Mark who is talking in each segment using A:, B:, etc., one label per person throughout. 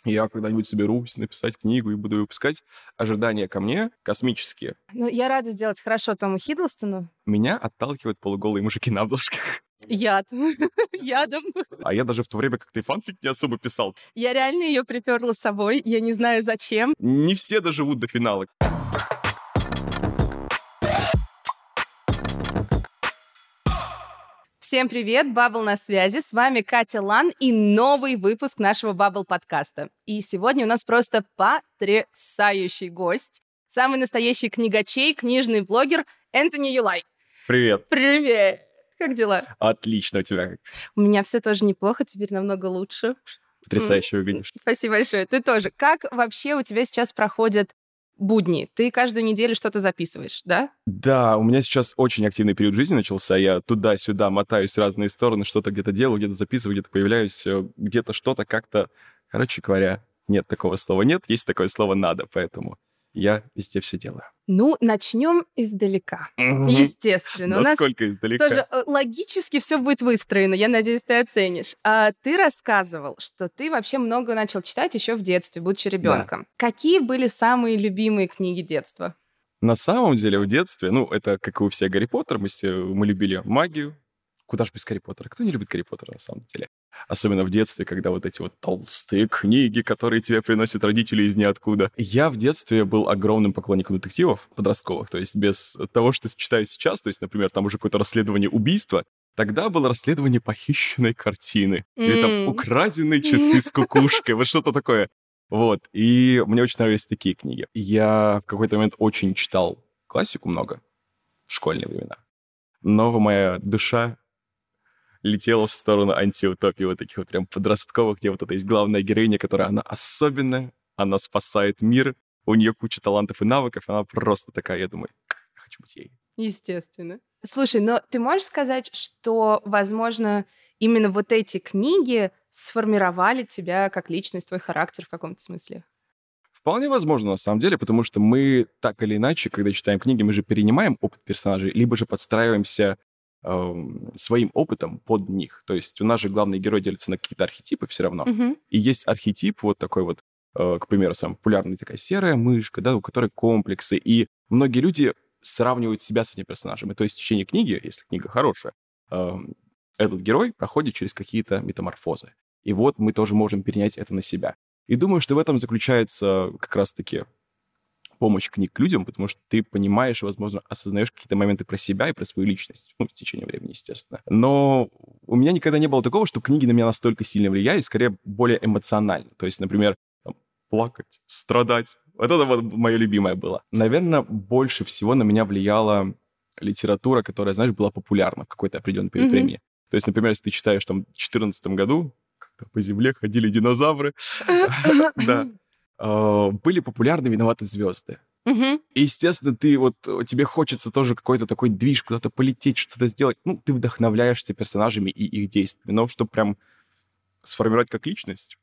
A: Я когда-нибудь соберусь написать книгу и буду ее выпускать. Ожидания ко мне космические.
B: Ну, я рада сделать хорошо Тому Хиддлстону.
A: Меня отталкивают полуголые мужики на обложках.
B: Яд. Ядом.
A: А я даже в то время как-то и фанфик не особо писал.
B: Я реально ее приперла с собой. Я не знаю, зачем.
A: Не все доживут до финала.
B: Всем привет, Бабл на связи, с вами Катя Лан и новый выпуск нашего Бабл подкаста. И сегодня у нас просто потрясающий гость, самый настоящий книгачей, книжный блогер Энтони Юлай.
A: Привет.
B: Привет! Как дела?
A: Отлично у тебя как?
B: У меня все тоже неплохо, теперь намного лучше.
A: Потрясающе выглядишь.
B: Спасибо большое, ты тоже. Как вообще у тебя сейчас проходят будни? Ты каждую неделю что-то записываешь, да?
A: Да, у меня сейчас очень активный период жизни начался. Я туда-сюда мотаюсь в разные стороны, что-то где-то делаю, где-то записываю, где-то появляюсь, где-то что-то как-то... Короче говоря, нет такого слова «нет», есть такое слово «надо», поэтому я везде все делаю.
B: Ну, начнем издалека. Естественно.
A: Насколько издалека?
B: Тоже логически все будет выстроено, я надеюсь, ты оценишь. А ты рассказывал, что ты вообще много начал читать еще в детстве, будучи ребенком. Да. Какие были самые любимые книги детства?
A: На самом деле в детстве, это как и у всех Гарри Поттер, мы любили магию. Куда же без Гарри Поттера? Кто не любит Гарри Поттера на самом деле? Особенно в детстве, когда вот эти вот толстые книги, которые тебе приносят родители из ниоткуда. Я в детстве был огромным поклонником детективов подростковых, то есть без того, что читаю сейчас, то есть, например, там уже какое-то расследование убийства, тогда было расследование похищенной картины. Или там украденные часы с кукушкой, вот что-то такое. Вот, и мне очень нравились такие книги. Я в какой-то момент очень читал классику много в школьные времена. Но моя душа летела в сторону антиутопии, вот таких вот прям подростковых, где вот это есть главная героиня, которая, она особенная, она спасает мир, у нее куча талантов и навыков, она просто такая, я думаю, я хочу быть ей.
B: Естественно. Слушай, но ты можешь сказать, что, возможно, именно вот эти книги сформировали тебя как личность, твой характер в каком-то смысле?
A: Вполне возможно, на самом деле, потому что мы так или иначе, когда читаем книги, мы же перенимаем опыт персонажей, либо же подстраиваемся своим опытом под них. То есть у нас же главный герой делится на какие-то архетипы все равно. И есть архетип вот такой вот, к примеру, самый популярный, такая серая мышка, да, у которой комплексы. И многие люди сравнивают себя с этими персонажами. То есть в течение книги, если книга хорошая, этот герой проходит через какие-то метаморфозы. И вот мы тоже можем перенять это на себя. И думаю, что в этом заключается как раз-таки помощь книг людям, потому что ты понимаешь и, возможно, осознаешь какие-то моменты про себя и про свою личность. В течение времени, естественно. Но у меня никогда не было такого, что книги на меня настолько сильно влияют, скорее более эмоционально. То есть, например, плакать, страдать. Вот это вот мое любимое было. Наверное, больше всего на меня влияла литература, которая, знаешь, была популярна в какой-то определенный период времени. То есть, например, если ты читаешь там в 2014 году, когда по земле ходили динозавры, да, были популярны «Виноваты звезды». И, естественно, тебе хочется тоже какой-то такой движ, куда-то полететь, что-то сделать. Ты вдохновляешься персонажами и их действиями. Но чтобы прям сформировать как личность...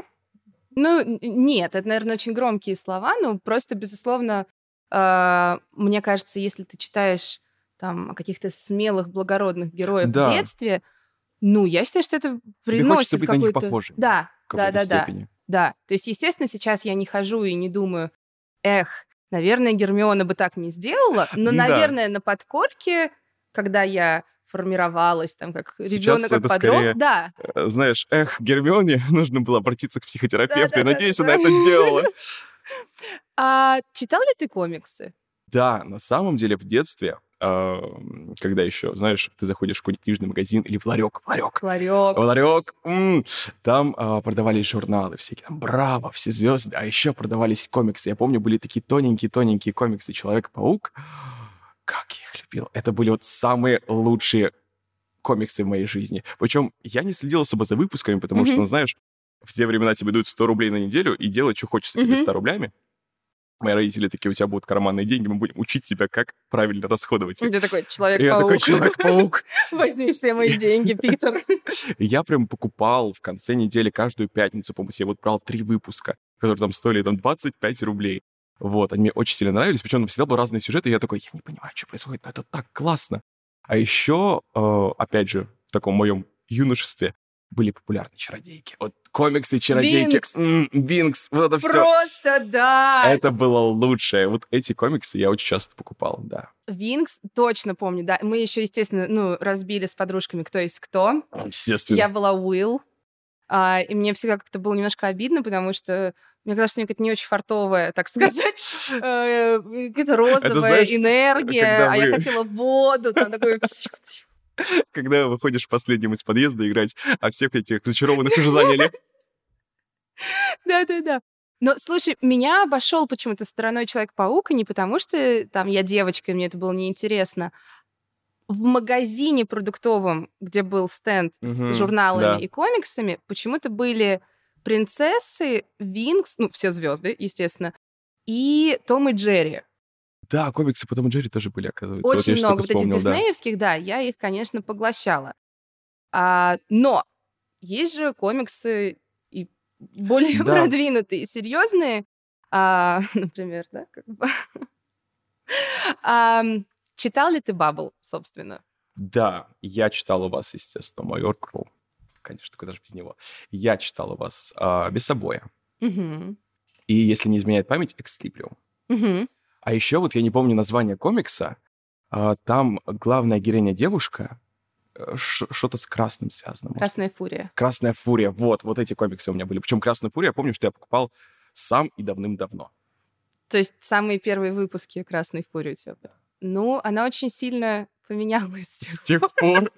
B: Нет, это, наверное, очень громкие слова, но просто, безусловно, мне кажется, если ты читаешь там о каких-то смелых, благородных героев в детстве, я считаю, что это приносит
A: тебе хочется быть на них похожим.
B: Да.
A: В какой-то степени.
B: Да, то есть, естественно, сейчас я не хожу и не думаю, наверное, Гермиона бы так не сделала, но, наверное, на подкорке, когда я формировалась там как ребенок, как подросток, да.
A: Знаешь, Гермионе нужно было обратиться к психотерапевту, и надеюсь, она это сделала.
B: А читал ли ты комиксы?
A: Да, на самом деле в детстве, когда еще, знаешь, ты заходишь в какой-нибудь книжный магазин или в ларек, там продавались журналы всякие, там «Браво», «Все звезды», а еще продавались комиксы. Я помню, были такие тоненькие комиксы «Человек-паук». Как я их любил. Это были вот самые лучшие комиксы в моей жизни. Причем я не следил особо за выпусками, потому что, знаешь, в те времена тебе дают 100 рублей на неделю и делай, что хочешь с этими 100 рублями. Мои родители такие: у тебя будут карманные деньги, мы будем учить тебя, как правильно расходовать их.
B: Ты такой Человек-паук.
A: Я такой Человек-паук.
B: Возьми все мои деньги, Питер.
A: Я прям покупал в конце недели каждую пятницу, по-моему, я брал 3 выпуска, которые там стоили 25 рублей. Вот, они мне очень сильно нравились, причем всегда был разные сюжеты, и я такой, я не понимаю, что происходит, но это так классно. А еще, опять же, в таком моем юношестве были популярны чародейки. Вот комиксы чародейки.
B: Винкс.
A: Винкс, вот это все.
B: Просто да!
A: Это было лучшее. Вот эти комиксы я очень часто покупал, да.
B: Винкс, точно помню, да. Мы еще, естественно, разбили с подружками кто есть кто.
A: Естественно.
B: Я была Уилл, и мне всегда как-то было немножко обидно, потому что мне кажется, у нее какая-то не очень фартовая, так сказать, какая-то розовая энергия, а я хотела воду, там такой...
A: Когда выходишь последним из подъезда играть, а всех этих зачарованных уже заняли.
B: Да-да-да. Но, слушай, меня обошел почему-то стороной Человек-паук, и не потому что там я девочка, и мне это было неинтересно. В магазине продуктовом, где был стенд с журналами и комиксами, почему-то были принцессы, Винкс, все звезды, естественно, и Том и Джерри.
A: Да, комиксы по Тому и Джерри тоже были, оказывается.
B: Очень много вот этих диснеевских, да, я их, конечно, поглощала. Но есть же комиксы и более продвинутые, серьезные, например, да, как бы. Читал ли ты «Бабл», собственно?
A: Да, я читал у вас, естественно, «Майор Кроу». Конечно, куда же без него. Я читал у вас «Бесобоя».
B: Угу.
A: И, если не изменяет память, «Экслибриум».
B: Угу.
A: А еще вот я не помню название комикса, там главная героиня девушка, что-то с красным связано.
B: «Красная фурия».
A: «Красная фурия», вот эти комиксы у меня были. Причем «Красную фурию» я помню, что я покупал сам и давным-давно.
B: То есть самые первые выпуски «Красной фурии» у тебя были? Ну, она очень сильно поменялась
A: с тех пор.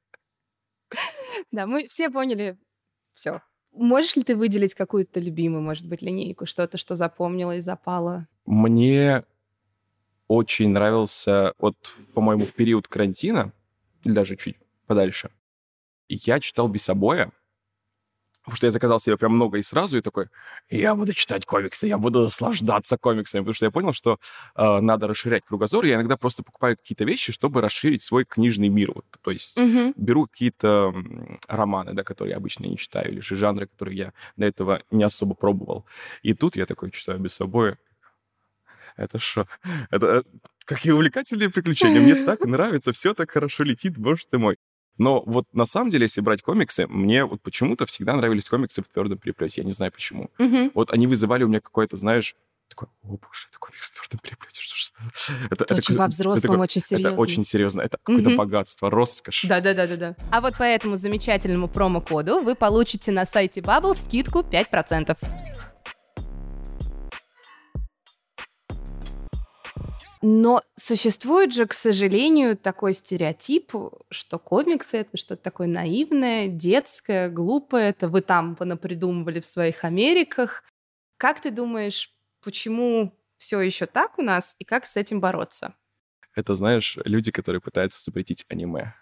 B: Да, мы все поняли все. Можешь ли ты выделить какую-то любимую, может быть, линейку, что-то, что запомнилось, запало?
A: Мне очень нравился, по-моему, в период карантина, или даже чуть подальше, я читал «Бесобоя», потому что я заказал себе прям много и сразу, и такой, я буду читать комиксы, я буду наслаждаться комиксами, потому что я понял, что надо расширять кругозор. Я иногда просто покупаю какие-то вещи, чтобы расширить свой книжный мир. То есть беру какие-то романы, да, которые я обычно не читаю, или же жанры, которые я до этого не особо пробовал. И тут я такой читаю «Бесобоя». Это что? Это какие увлекательные приключения. Мне так нравится, все так хорошо летит, боже ты мой. Но вот на самом деле, если брать комиксы, мне вот почему-то всегда нравились комиксы в твердом переплете. Я не знаю почему. Вот они вызывали у меня какое-то, знаешь, такое, о боже, это комикс в твердом переплете.
B: Это очень по-взрослому, очень серьезно.
A: Это очень серьезно. Это какое-то богатство, роскошь.
B: Да. А вот по этому замечательному промокоду вы получите на сайте Bubble скидку 5%. Но существует же, к сожалению, такой стереотип, что комиксы — это что-то такое наивное, детское, глупое. Это вы там понапридумывали в своих Америках. Как ты думаешь, почему все еще так у нас и как с этим бороться?
A: Это, знаешь, люди, которые пытаются запретить аниме.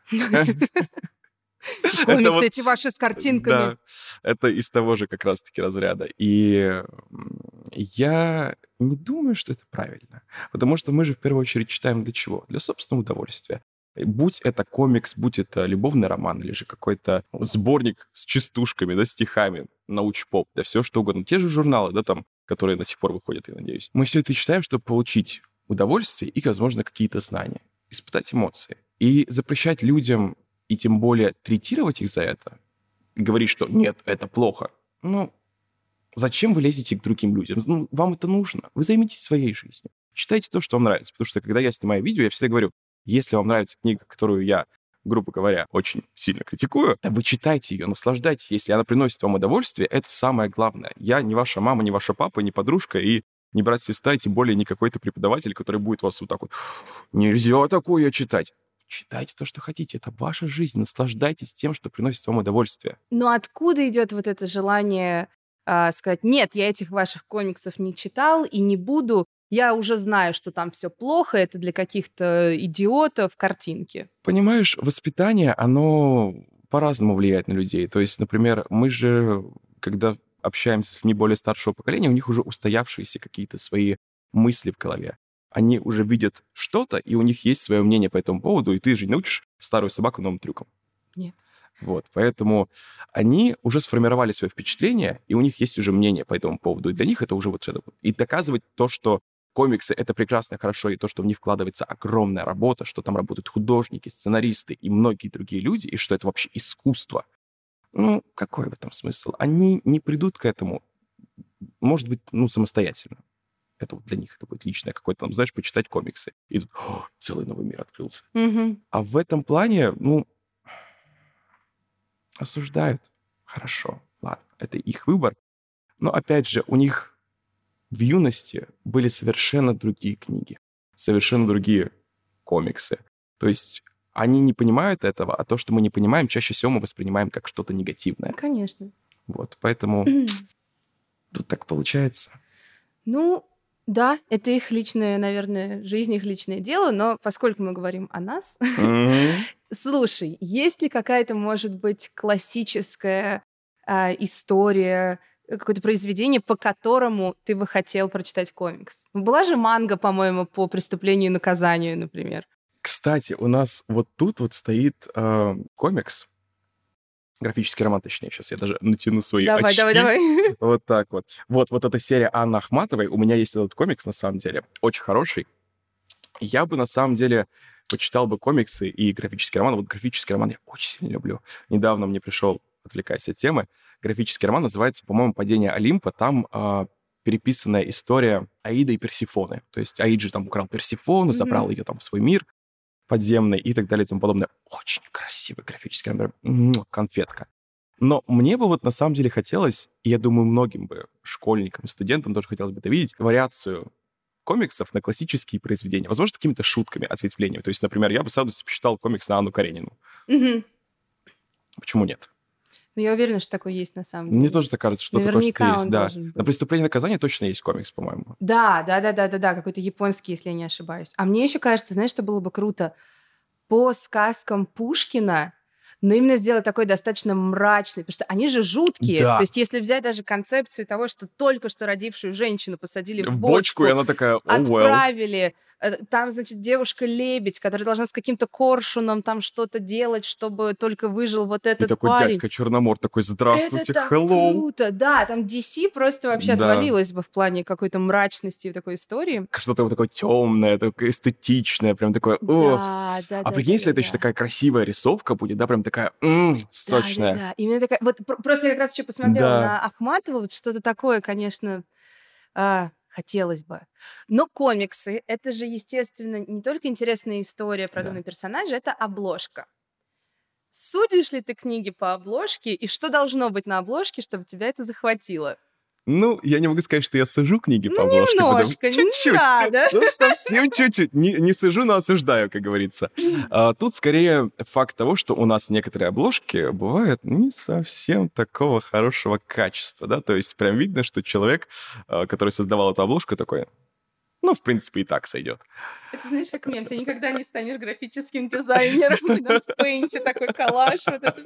B: Комиксы эти ваши с картинками.
A: Да, это из того же как раз-таки разряда. И я не думаю, что это правильно. Потому что мы же в первую очередь читаем для чего? Для собственного удовольствия. Будь это комикс, будь это любовный роман, или же какой-то сборник с частушками, да, стихами, научпоп, да все что угодно. Те же журналы, да, там, которые до сих пор выходят, я надеюсь. Мы все это читаем, чтобы получить удовольствие и, возможно, какие-то знания, испытать эмоции. И запрещать людям, и тем более третировать их за это, говорить, что нет, это плохо. Ну, зачем вы лезете к другим людям? Ну, вам это нужно. Вы займитесь своей жизнью. Читайте то, что вам нравится. Потому что, когда я снимаю видео, я всегда говорю, если вам нравится книга, которую я, грубо говоря, очень сильно критикую, да вы читайте ее, наслаждайтесь. Если она приносит вам удовольствие, это самое главное. Я не ваша мама, не ваша папа, не подружка и не брат-сестра, и тем более не какой-то преподаватель, который будет вас вот так вот, нельзя такое читать. Читайте то, что хотите. Это ваша жизнь. Наслаждайтесь тем, что приносит вам удовольствие.
B: Но откуда идет вот это желание сказать, нет, я этих ваших комиксов не читал и не буду, я уже знаю, что там все плохо, это для каких-то идиотов картинки?
A: Понимаешь, воспитание, оно по-разному влияет на людей. То есть, например, мы же, когда общаемся с людьми более старшего поколения, у них уже устоявшиеся какие-то свои мысли в голове. Они уже видят что-то, и у них есть свое мнение по этому поводу, и ты же не научишь старую собаку новым трюкам.
B: Нет.
A: Вот, поэтому они уже сформировали свое впечатление, и у них есть уже мнение по этому поводу, и для них это уже вот это. И доказывать то, что комиксы — это прекрасно, хорошо, и то, что в них вкладывается огромная работа, что там работают художники, сценаристы и многие другие люди, и что это вообще искусство. Ну, какой в этом смысл? Они не придут к этому, может быть, самостоятельно. Это вот для них это будет личное какое-то, там, знаешь, почитать комиксы. И тут целый новый мир открылся. А в этом плане, осуждают. Хорошо, ладно, это их выбор. Но, опять же, у них в юности были совершенно другие книги, совершенно другие комиксы. То есть они не понимают этого, а то, что мы не понимаем, чаще всего мы воспринимаем как что-то негативное.
B: Конечно.
A: Вот, поэтому тут так получается.
B: Ну, да, это их личная, наверное, жизнь, их личное дело, но поскольку мы говорим о нас, слушай, есть ли какая-то, может быть, классическая история, какое-то произведение, по которому ты бы хотел прочитать комикс? Была же манга, по-моему, по «Преступлению и наказанию», например.
A: Кстати, у нас вот тут вот стоит комикс, графический роман, точнее, сейчас я даже натяну свои очки.
B: Давай.
A: Вот так вот. Вот эта серия Анны Ахматовой. У меня есть этот комикс, на самом деле, очень хороший. Я бы, на самом деле, почитал бы комиксы и графический роман. Вот графический роман я очень сильно люблю. Недавно мне пришел, отвлекаясь от темы, графический роман называется, по-моему, «Падение Олимпа». Там переписанная история Аида и Персефоны. То есть Аид же там украл Персефону, забрал ее там в свой мир подземный и так далее и тому подобное. Очень красивый графический роман. Конфетка. Но мне бы вот на самом деле хотелось, и я думаю, многим бы школьникам, студентам тоже хотелось бы это видеть, вариацию комиксов на классические произведения. Возможно, какими-то шутками, ответвлениями. То есть, например, я бы с радостью почитал комикс на Анну Каренину. Почему нет?
B: Ну, я уверена, что такое есть на самом деле.
A: Мне тоже так кажется, что такое что-то есть. Да.
B: Быть.
A: На «Преступление и наказание» точно есть комикс, по-моему.
B: Да, какой-то японский, если я не ошибаюсь. А мне еще кажется, знаешь, что было бы круто? По сказкам Пушкина, но именно сделать такой достаточно мрачный, потому что они же жуткие.
A: Да.
B: То есть если взять даже концепцию того, что только что родившую женщину посадили в
A: бочку, и она такая,
B: отправили. Там, значит, девушка-лебедь, которая должна с каким-то коршуном там что-то делать, чтобы только выжил вот этот
A: и такой
B: парень.
A: дядька Черномор такой, здравствуйте,
B: это так
A: hello.
B: круто, да, там DC просто вообще отвалилось бы в плане какой-то мрачности в такой истории.
A: Что-то вот такое темное, такое эстетичное, прям такое,
B: Да.
A: А прикинь, если это еще такая красивая рисовка будет, да, прям такая сочная.
B: Да. Именно такая. Вот просто я как раз еще посмотрела на Ахматову, вот что-то такое, конечно, хотелось бы. Но комиксы — это же, естественно, не только интересная история про данного персонажа, это обложка. Судишь ли ты книги по обложке, и что должно быть на обложке, чтобы тебя это захватило?
A: Ну, я не могу сказать, что я сужу книги по обложке.
B: Немножко,
A: чуть-чуть.
B: Не надо.
A: Совсем чуть-чуть. Не сужу, но осуждаю, как говорится. Тут скорее факт того, что у нас некоторые обложки бывают не совсем такого хорошего качества, да, то есть прям видно, что человек, который создавал эту обложку, такой, в принципе, и так сойдет.
B: Это, знаешь, как мем, ты никогда не станешь графическим дизайнером, в пейнте такой коллаж.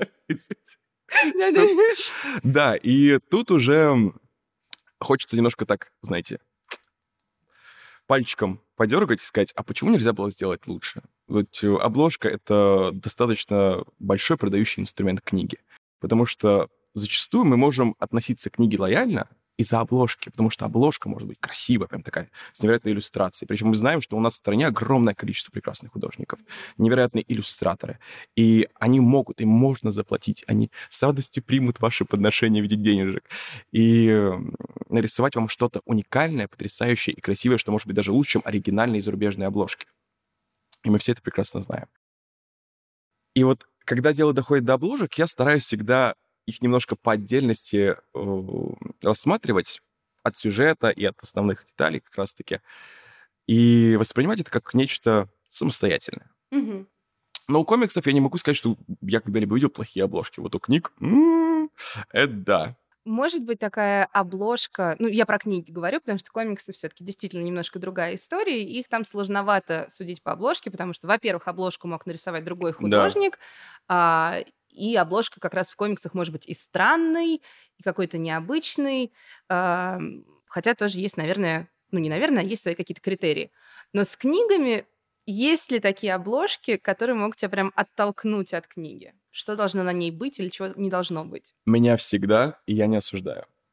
A: Да, и тут уже хочется немножко так, знаете, пальчиком подергать и сказать, а почему нельзя было сделать лучше? Вот обложка — это достаточно большой продающий инструмент книги, потому что зачастую мы можем относиться к книге лояльно из-за обложки, потому что обложка может быть красивая, прям такая, с невероятной иллюстрацией. Причем мы знаем, что у нас в стране огромное количество прекрасных художников, невероятные иллюстраторы. И они могут, им можно заплатить, они с радостью примут ваши подношения в виде денежек. И нарисовать вам что-то уникальное, потрясающее и красивое, что может быть даже лучше, чем оригинальные зарубежные обложки. И мы все это прекрасно знаем. И вот когда дело доходит до обложек, я стараюсь всегда их немножко по отдельности рассматривать от сюжета и от основных деталей как раз-таки, и воспринимать это как нечто самостоятельное. Но у комиксов я не могу сказать, что я когда-либо видел плохие обложки. Вот у книг, это да.
B: Может быть такая обложка, я про книги говорю, потому что комиксы все-таки действительно немножко другая история, и их там сложновато судить по обложке, потому что, во-первых, обложку мог нарисовать другой художник, и обложка как раз в комиксах может быть и странной, и какой-то необычной, хотя тоже есть, наверное, есть свои какие-то критерии. Но с книгами есть ли такие обложки, которые могут тебя прям оттолкнуть от книги? Что должно на ней быть или чего не должно быть?
A: Меня всегда, и я не осуждаю,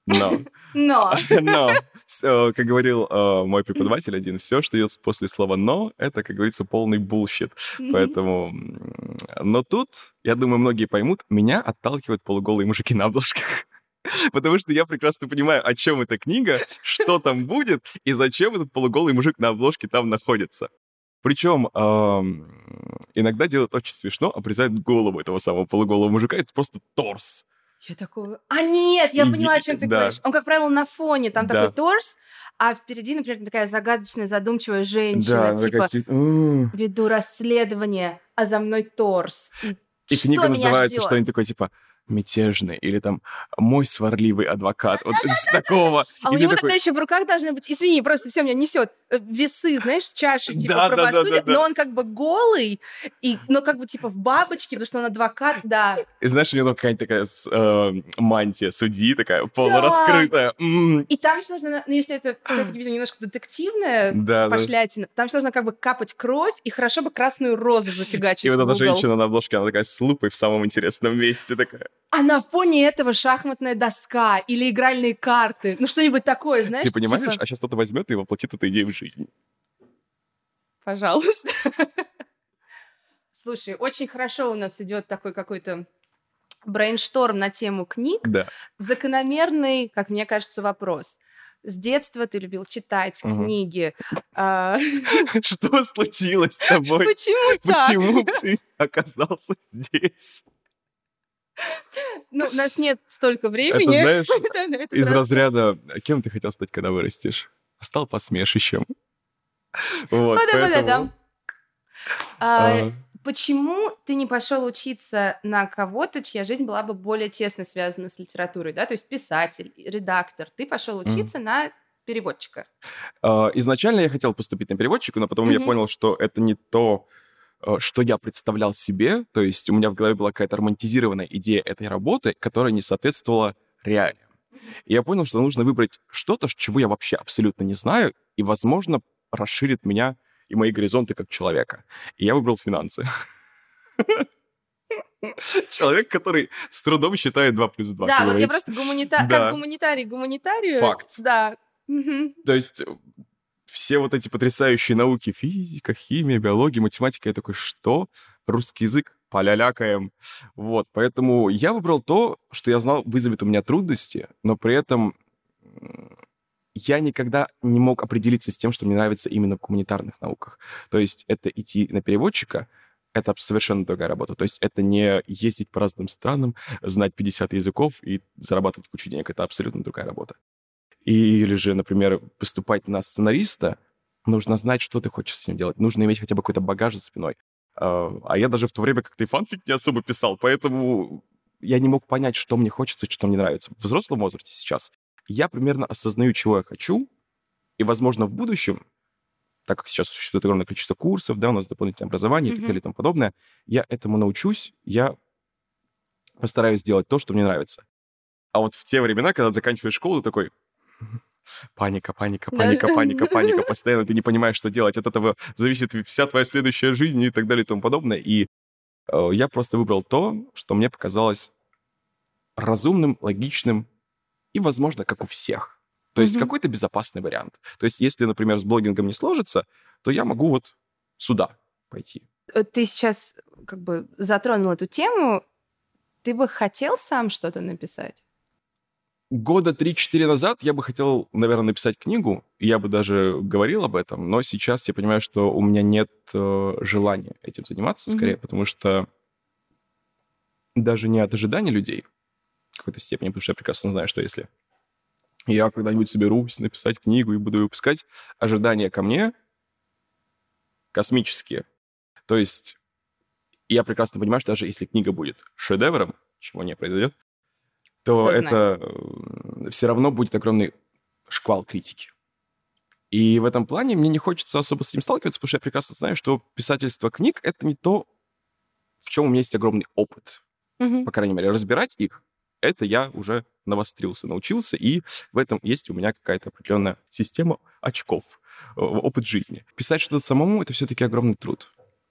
A: Но,
B: Но.
A: как говорил мой преподаватель один, все, что идет после слова «но», это, как говорится, полный булщит. Поэтому... Но тут, я думаю, многие поймут, меня отталкивают полуголые мужики на обложках. Потому что я прекрасно понимаю, о чем эта книга, что там будет, и зачем этот полуголый мужик на обложке там находится. Причем иногда делают очень смешно, обрезают голову этого самого полуголого мужика, это просто торс.
B: Я такого... нет, я поняла, о чем ты говоришь. Он, как правило, на фоне, там такой торс, а впереди, например, такая загадочная, задумчивая женщина, типа, веду расследование, а за мной торс.
A: И книга называется что-нибудь такое, типа, мятежный, или там «Мой сварливый адвокат». Вот из такого.
B: А у него тогда еще в руках должны быть, извини, просто все меня несет, весы, знаешь, с чашей, типа, правосудия, но он как бы голый, но как бы типа в бабочке, потому что он адвокат, да.
A: И знаешь, у него там какая-нибудь такая мантия судьи, такая полураскрытая.
B: И там еще должна, если это все-таки, видимо, немножко детективная пошлятина, там еще должна как бы капать кровь, и хорошо бы красную розу зафигачить.
A: И вот эта женщина на обложке, она такая с лупой в самом интересном месте такая.
B: А на фоне этого шахматная доска или игральные карты. Ну, что-нибудь такое, знаешь?
A: Ты понимаешь? А сейчас кто-то возьмет и воплотит эту идею в жизнь.
B: Пожалуйста. Слушай, очень хорошо у нас идет такой какой-то брейншторм на тему книг.
A: Да.
B: Закономерный, как мне кажется, вопрос. С детства ты любил читать книги.
A: Что случилось с тобой? Почему ты оказался здесь?
B: Ну, у нас нет столько времени.
A: Это, знаешь, из разряда «Кем ты хотел стать, когда вырастешь?» Стал посмешищем. Вот, поэтому...
B: Почему ты не пошел учиться на кого-то, чья жизнь была бы более тесно связана с литературой, да? То есть писатель, редактор. Ты пошел учиться на переводчика.
A: Изначально я хотел поступить на переводчика, но потом я понял, что это не то, что я представлял себе. То есть у меня в голове была какая-то романтизированная идея этой работы, которая не соответствовала реалиям. И я понял, что нужно выбрать что-то, чего я вообще абсолютно не знаю, и, возможно, расширит меня и мои горизонты как человека. И я выбрал финансы. Человек, который с трудом считает 2 плюс 2.
B: Да, вот я просто как гуманитарий гуманитарию.
A: Факт.
B: Да.
A: То есть все вот эти потрясающие науки, физика, химия, биология, математика, я такой, что? Русский язык? Полялякаем. Вот, поэтому я выбрал то, что я знал, вызовет у меня трудности, но при этом я никогда не мог определиться с тем, что мне нравится именно в гуманитарных науках. То есть это идти на переводчика, это совершенно другая работа. То есть это не ездить по разным странам, знать 50 языков и зарабатывать кучу денег. Это абсолютно другая работа. Или же, например, поступать на сценариста, нужно знать, что ты хочешь с ним делать. Нужно иметь хотя бы какой-то багаж за спиной. А я даже в то время как-то и фанфик не особо писал, поэтому я не мог понять, что мне хочется, что мне нравится. В взрослом возрасте сейчас я примерно осознаю, чего я хочу, и, возможно, в будущем, так как сейчас существует огромное количество курсов, да, у нас дополнительное образование и так далее и тому подобное, я этому научусь, я постараюсь сделать то, что мне нравится. А вот в те времена, когда заканчиваешь школу, ты такой... Паника, постоянно ты не понимаешь, что делать. От этого зависит вся твоя следующая жизнь и так далее и тому подобное. И я просто выбрал то, что мне показалось разумным, логичным и, возможно, как у всех. То есть какой-то безопасный вариант. То есть если, например, с блогингом не сложится, то я могу вот сюда пойти.
B: Ты сейчас как бы затронул эту тему. Ты бы хотел сам что-то написать?
A: Года 3-4 назад я бы хотел, наверное, написать книгу, и я бы даже говорил об этом, но сейчас я понимаю, что у меня нет желания этим заниматься, скорее, потому что даже не от ожиданий людей в какой-то степени, потому что я прекрасно знаю, что если я когда-нибудь соберусь написать книгу и буду ее выпускать, ожидания ко мне космические. То есть я прекрасно понимаю, что даже если книга будет шедевром, чего не произойдет, то это все равно будет огромный шквал критики. И в этом плане мне не хочется особо с этим сталкиваться, потому что я прекрасно знаю, что писательство книг — это не то, в чем у меня есть огромный опыт. По крайней мере, разбирать их — это я уже навострился, научился, и в этом есть у меня какая-то определенная система очков, опыт жизни. Писать что-то самому — это все-таки огромный труд.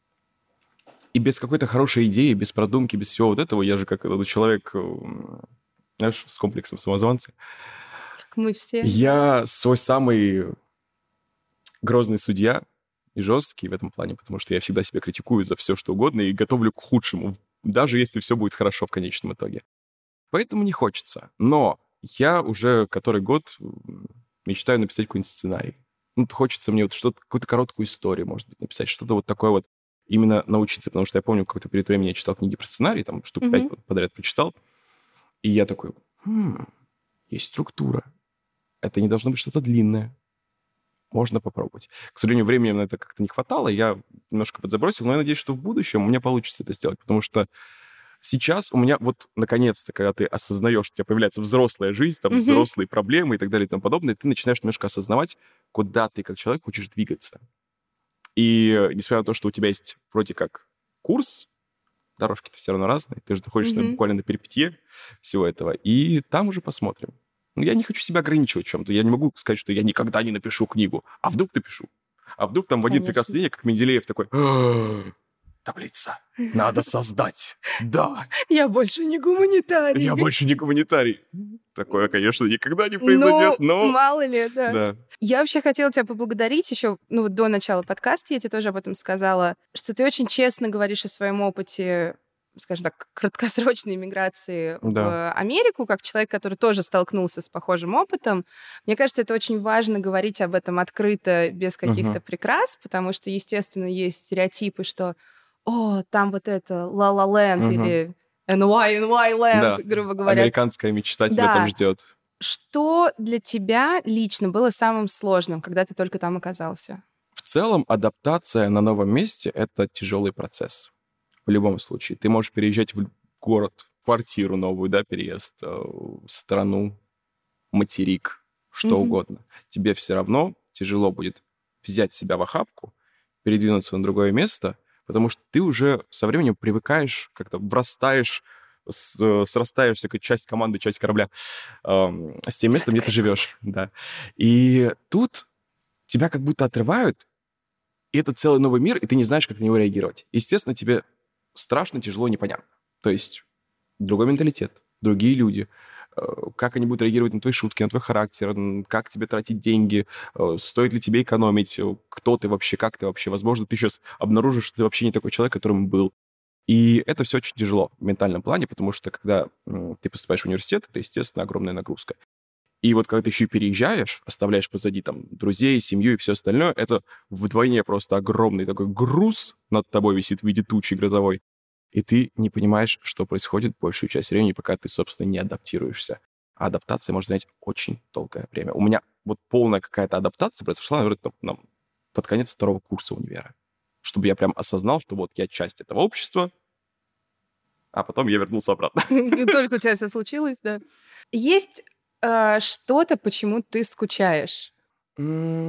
A: И без какой-то хорошей идеи, без продумки, без всего вот этого, я же как этот человек... знаешь, с комплексом самозванца.
B: как мы все.
A: Я свой самый грозный судья и жесткий в этом плане, потому что я всегда себя критикую за все, что угодно, и готовлю к худшему, даже если все будет хорошо в конечном итоге. Поэтому не хочется. Но я уже который год мечтаю написать какой-нибудь сценарий. Ну, хочется мне вот что-то, какую-то короткую историю, может быть, написать, что-то вот такое вот именно научиться, потому что я помню, как-то перед временем я читал книги про сценарий, там штук 5 подряд прочитал, и я такой, есть структура. Это не должно быть что-то длинное. Можно попробовать. К сожалению, времени на это как-то не хватало, я немножко подзабросил, но я надеюсь, что в будущем у меня получится это сделать, потому что сейчас у меня вот, наконец-то, когда ты осознаешь, что у тебя появляется взрослая жизнь, там, взрослые проблемы и так далее и тому подобное, ты начинаешь немножко осознавать, куда ты как человек хочешь двигаться. И несмотря на то, что у тебя есть вроде как курс, дорожки-то все равно разные, ты же находишься буквально на перипетье всего этого, и там уже посмотрим. Но я не хочу себя ограничивать чем-то. Я не могу сказать, что я никогда не напишу книгу. А вдруг напишу? А вдруг там в один прекрасный день, как Менделеев такой... Таблица. Надо создать. Да.
B: Я больше не гуманитарий.
A: Я больше не гуманитарий. Такое, конечно, никогда не произойдет, но...
B: мало ли, да. Я вообще хотела тебя поблагодарить еще, вот до начала подкаста я тебе тоже об этом сказала, что ты очень честно говоришь о своем опыте, скажем так, краткосрочной миграции в Америку, как человек, который тоже столкнулся с похожим опытом. Мне кажется, это очень важно говорить об этом открыто, без каких-то прикрас, потому что, естественно, есть стереотипы, что там вот это La La Land или NY Land, грубо говоря.
A: Американская мечта тебя там ждет.
B: Что для тебя лично было самым сложным, когда ты только там оказался?
A: В целом, адаптация на новом месте — это тяжелый процесс. В любом случае. Ты можешь переезжать в город, квартиру новую, да, переезд, страну, материк, что угодно. Тебе все равно тяжело будет взять себя в охапку, передвинуться на другое место, потому что ты уже со временем привыкаешь, как-то врастаешь, срастаешься как часть команды, часть корабля с тем местом, где ты живешь. Да. И тут тебя как будто отрывают, и это целый новый мир, и ты не знаешь, как на него реагировать. Естественно, тебе страшно, тяжело, непонятно. То есть другой менталитет, другие люди, как они будут реагировать на твои шутки, на твой характер, как тебе тратить деньги, стоит ли тебе экономить, кто ты вообще, как ты вообще. Возможно, ты сейчас обнаружишь, что ты вообще не такой человек, которым был. И это все очень тяжело в ментальном плане, потому что когда ты поступаешь в университет, это, естественно, огромная нагрузка. И вот когда ты еще и переезжаешь, оставляешь позади там друзей, семью и все остальное, это вдвойне просто огромный такой груз над тобой висит в виде тучи грозовой. И ты не понимаешь, что происходит большую часть времени, пока ты, собственно, не адаптируешься. А адаптация может занять очень долгое время. У меня вот полная какая-то адаптация произошла, наверное, под конец 2-го курса универа. Чтобы я прям осознал, что вот я часть этого общества, а потом я вернулся обратно.
B: Только у тебя все случилось, да? Есть что-то, почему ты скучаешь?
A: Я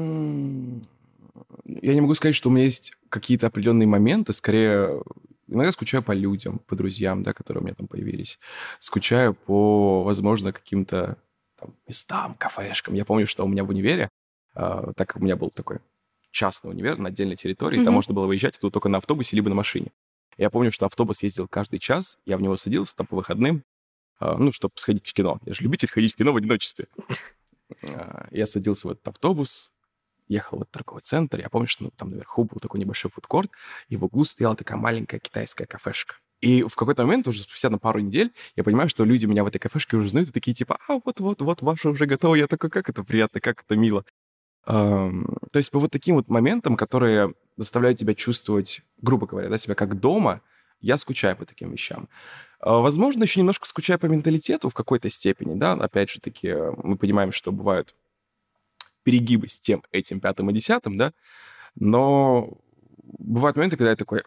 A: не могу сказать, что у меня есть какие-то определенные моменты. Скорее, иногда скучаю по людям, по друзьям, да, которые у меня там появились. Скучаю по, возможно, каким-то там местам, кафешкам. Я помню, что у меня в универе, так как у меня был такой частный универ на отдельной территории, там можно было выезжать оттуда только на автобусе либо на машине. Я помню, что автобус ездил каждый час, я в него садился там по выходным, чтобы сходить в кино. Я же любитель ходить в кино в одиночестве. Я садился в этот автобус, ехал в этот торговый центр. Я помню, что там наверху был такой небольшой фудкорт, и в углу стояла такая маленькая китайская кафешка. И в какой-то момент, уже спустя на пару недель, я понимаю, что люди меня в этой кафешке уже знают, и такие типа, вот, ваше уже готово. Я такой, как это приятно, как это мило. То есть по вот таким вот моментам, которые заставляют тебя чувствовать, грубо говоря, да, себя как дома, я скучаю по таким вещам. Возможно, еще немножко скучаю по менталитету в какой-то степени, да, опять же таки, мы понимаем, что бывают перегибы с тем, этим, пятым и десятым, да, но бывают моменты, когда я такой...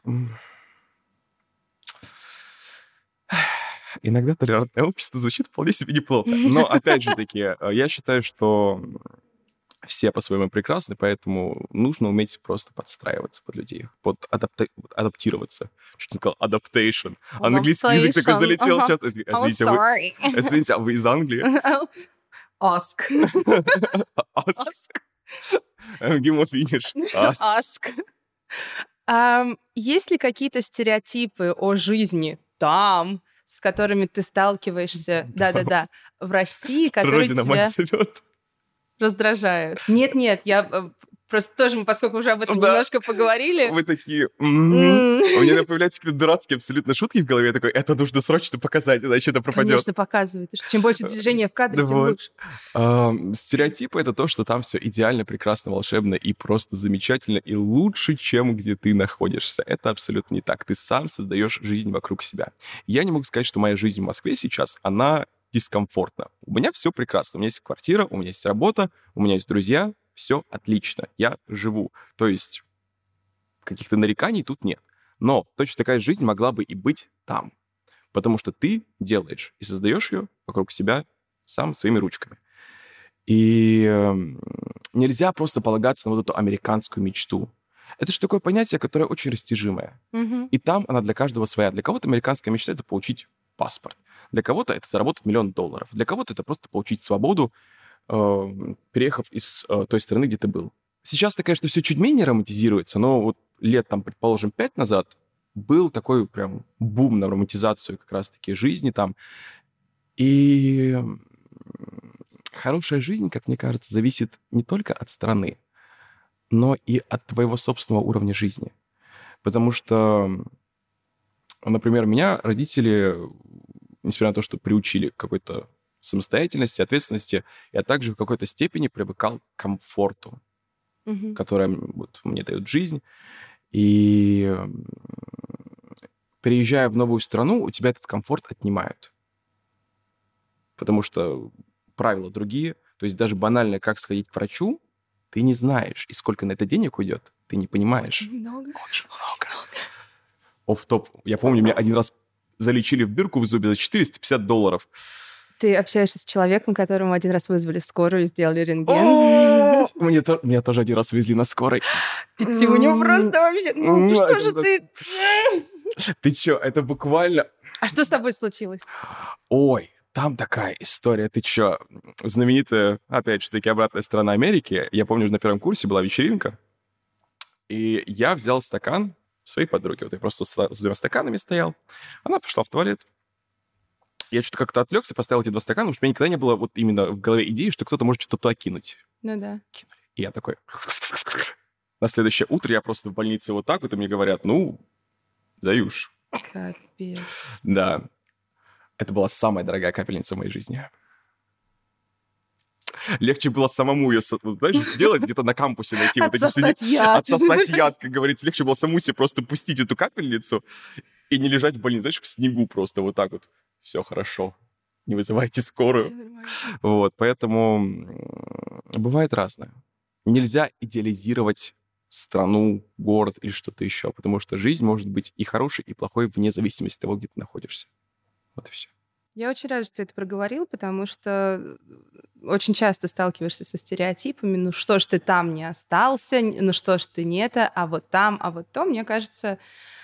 A: Иногда толерантное общество звучит вполне себе неплохо. Но, опять же таки, я считаю, что все по-своему прекрасны, поэтому нужно уметь просто подстраиваться под людей, адаптироваться. Чуть не сказал adaptation. Английский язык такой залетел в чат. Извините, а вы из Англии?
B: Ask.
A: Game of finish.
B: Ask. Есть ли какие-то стереотипы о жизни там, с которыми ты сталкиваешься, да-да-да, в России, которые
A: Родина
B: тебя
A: мать зовет.
B: раздражают? Нет-нет, я просто тоже, поскольку уже об этом
A: Да.
B: немножко поговорили.
A: Вы такие... У
B: М.
A: меня появляются какие-то дурацкие абсолютно шутки в голове. Я такой, это нужно срочно показать, иначе это пропадет.
B: Конечно, показывает. Чем больше движения в кадре, тем
A: Вот.
B: лучше.
A: Стереотипы — это то, что там все идеально, прекрасно, волшебно и просто замечательно, и лучше, чем где ты находишься. Это абсолютно не так. Ты сам создаешь жизнь вокруг себя. Я не могу сказать, что моя жизнь в Москве сейчас, она дискомфортна. У меня все прекрасно. У меня есть квартира, у меня есть работа, у меня есть друзья. Все отлично. Я живу. То есть каких-то нареканий тут нет. Но точно такая жизнь могла бы и быть там. Потому что ты делаешь и создаешь ее вокруг себя сам своими ручками. И нельзя просто полагаться на вот эту американскую мечту. Это же такое понятие, которое очень растяжимое.
B: Мгм.
A: И там она для каждого своя. Для кого-то американская мечта — это получить паспорт. Для кого-то это заработать $1 миллион. Для кого-то это просто получить свободу, переехав из той страны, где ты был. Сейчас-то, конечно, все чуть менее романтизируется, но вот лет, там, предположим, 5 назад был такой прям бум на романтизацию как раз-таки жизни там. И хорошая жизнь, как мне кажется, зависит не только от страны, но и от твоего собственного уровня жизни. Потому что, например, меня родители, несмотря на то, что приучили к какой-то самостоятельности, ответственности, я также в какой-то степени привыкал к комфорту,
B: Мгм.
A: который вот мне дает жизнь. И переезжая в новую страну, у тебя этот комфорт отнимают. Потому что правила другие. То есть даже банально, как сходить к врачу, ты не знаешь. И сколько на это денег уйдет, ты не понимаешь.
B: Очень много.
A: Очень много. Офф-топ. Я помню, меня один раз залечили в дырку в зубе за $450.
B: Ты общаешься с человеком, которому один раз вызвали скорую, сделали рентген.
A: О! Меня тоже один раз везли на скорой.
B: Пятюню просто вообще. Ну, ты что же ты...
A: Ты чё, это буквально...
B: А что с тобой случилось?
A: Ой, там такая история. Ты чё, знаменитая, опять же таки, обратная сторона Америки. Я помню, на первом курсе была вечеринка, и я взял стакан своей подруги. Вот я просто с 2 стаканами стоял. Она пошла в туалет. Я что-то как-то отвлекся, поставил эти 2 стакана, потому что у меня никогда не было вот именно в голове идеи, что кто-то может что-то туда кинуть.
B: Ну да.
A: И я такой... На следующее утро я просто в больнице вот так вот, и мне говорят, ну, Заюш.
B: Капец.
A: Да. Это была самая дорогая капельница в моей жизни. Легче было самому ее, знаешь, сделать где-то на кампусе найти.
B: Отсосать яд.
A: Отсосать яд, как говорится. Легче было саму себе просто пустить эту капельницу и не лежать в больнице, знаешь, в снегу просто вот так вот. Все хорошо. Не вызывайте скорую.
B: Всё нормально.
A: Вот, поэтому бывает разное. Нельзя идеализировать страну, город или что-то еще, потому что жизнь может быть и хорошей, и плохой вне зависимости от того, где ты находишься. Вот и все.
B: Я очень рада, что ты это проговорил, потому что очень часто сталкиваешься со стереотипами. Ну что ж ты там не остался, ну что ж ты не это, а вот там, а вот то. Мне кажется,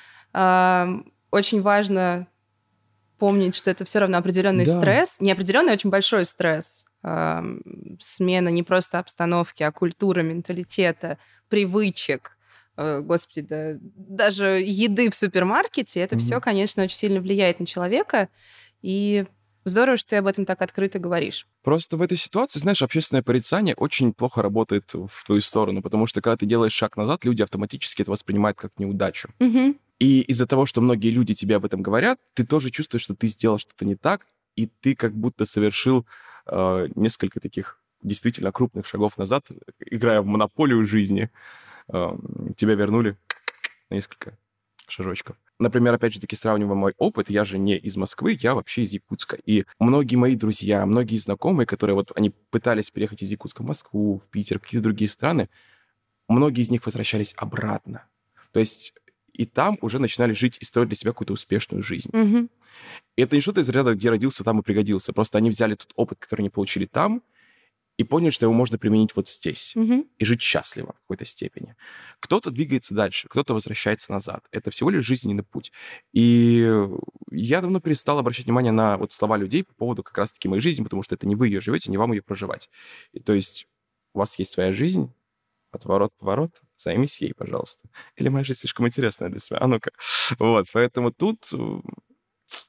B: очень важно помнить, что это все равно определенный
A: Да.
B: стресс, не определенный, а очень большой стресс. Смена не просто обстановки, а культуры, менталитета, привычек. Господи, да, даже еды в супермаркете. Это все,
A: Мгм.
B: конечно, очень сильно влияет на человека. И здорово, что ты об этом так открыто говоришь.
A: Просто в этой ситуации, знаешь, общественное порицание очень плохо работает в твою сторону, потому что когда ты делаешь шаг назад, люди автоматически это воспринимают как неудачу.
B: Мгм.
A: И из-за того, что многие люди тебе об этом говорят, ты тоже чувствуешь, что ты сделал что-то не так, и ты как будто совершил несколько таких действительно крупных шагов назад, играя в монополию жизни. Тебя вернули на несколько шажочков. Например, опять же таки, сравнивая мой опыт, я же не из Москвы, я вообще из Якутска. И многие мои друзья, многие знакомые, которые вот они пытались переехать из Якутска в Москву, в Питер, в какие-то другие страны, многие из них возвращались обратно. То есть и там уже начинали жить и строить для себя какую-то успешную жизнь.
B: Мгм.
A: И это не что-то из ряда, где родился, там и пригодился. Просто они взяли тот опыт, который они получили там, и поняли, что его можно применить вот здесь.
B: Мгм.
A: И жить счастливо в какой-то степени. Кто-то двигается дальше, кто-то возвращается назад. Это всего лишь жизненный путь. И я давно перестал обращать внимание на вот слова людей по поводу как раз-таки моей жизни, потому что это не вы ее живете, не вам ее проживать. И то есть у вас есть своя жизнь, отворот-поворот, займись ей, пожалуйста. Или моя жизнь слишком интересная для себя? А ну-ка. Вот, поэтому тут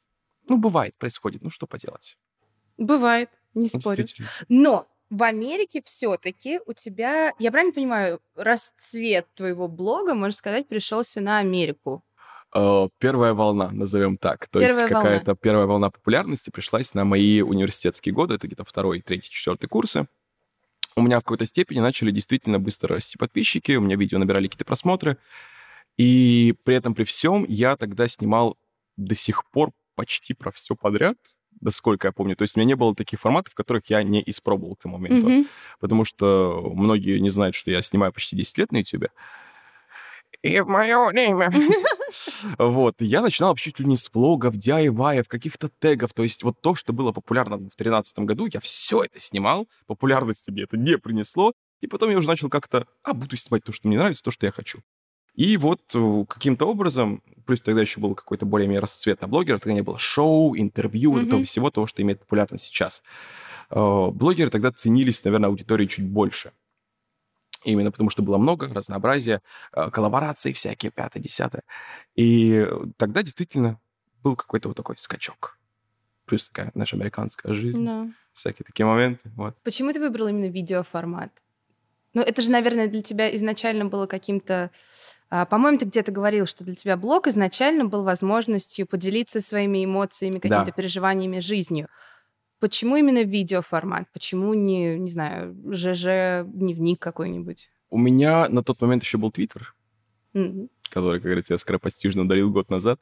A: Ну, бывает, происходит. Ну, что поделать?
B: Бывает, не спорю.
A: Действительно.
B: Но в Америке все-таки у тебя, я правильно понимаю, расцвет твоего блога, можно сказать, пришелся на Америку.
A: Первая волна, назовем так. То есть
B: Первая волна.
A: какая-то первая волна популярности пришлась на мои университетские годы. Это где-то 2-й, 3-й, 4-й курсы. У меня в какой-то степени начали действительно быстро расти подписчики, у меня видео набирали какие-то просмотры. И при этом, при всем, я тогда снимал до сих пор почти про все подряд, насколько я помню. То есть у меня не было таких форматов, которых я не испробовал к тому моменту.
B: Мгм.
A: Потому что многие не знают, что я снимаю почти 10 лет на YouTube. И в мое время. Вот. И я начинал вообще чуть ли не с влогов, DIY, каких-то тегов. То есть вот то, что было популярно в 2013 году, я все это снимал. Популярности мне это не принесло. И потом я уже начал как-то, буду снимать то, что мне нравится, то, что я хочу. И вот каким-то образом, плюс тогда еще был какой-то более-менее расцвет на блогеров, тогда не было шоу, интервью, вот этого всего того, что имеет популярность сейчас. Блогеры тогда ценились, наверное, аудиторией чуть больше. Именно потому, что было много разнообразия, коллабораций всякие, 5-10. И тогда действительно был какой-то вот такой скачок. Плюс такая наша американская жизнь,
B: Да.
A: всякие такие моменты. Вот.
B: Почему ты выбрал именно видеоформат? Ну, это же, наверное, для тебя изначально было каким-то... По-моему, ты где-то говорил, что для тебя блог изначально был возможностью поделиться своими эмоциями, какими-то
A: Да.
B: переживаниями, жизнью. Почему именно видеоформат? Почему не знаю, ЖЖ, дневник какой-нибудь?
A: У меня на тот момент еще был Твиттер,
B: Мгм.
A: который, как говорится, я скоропостижно удалил год назад.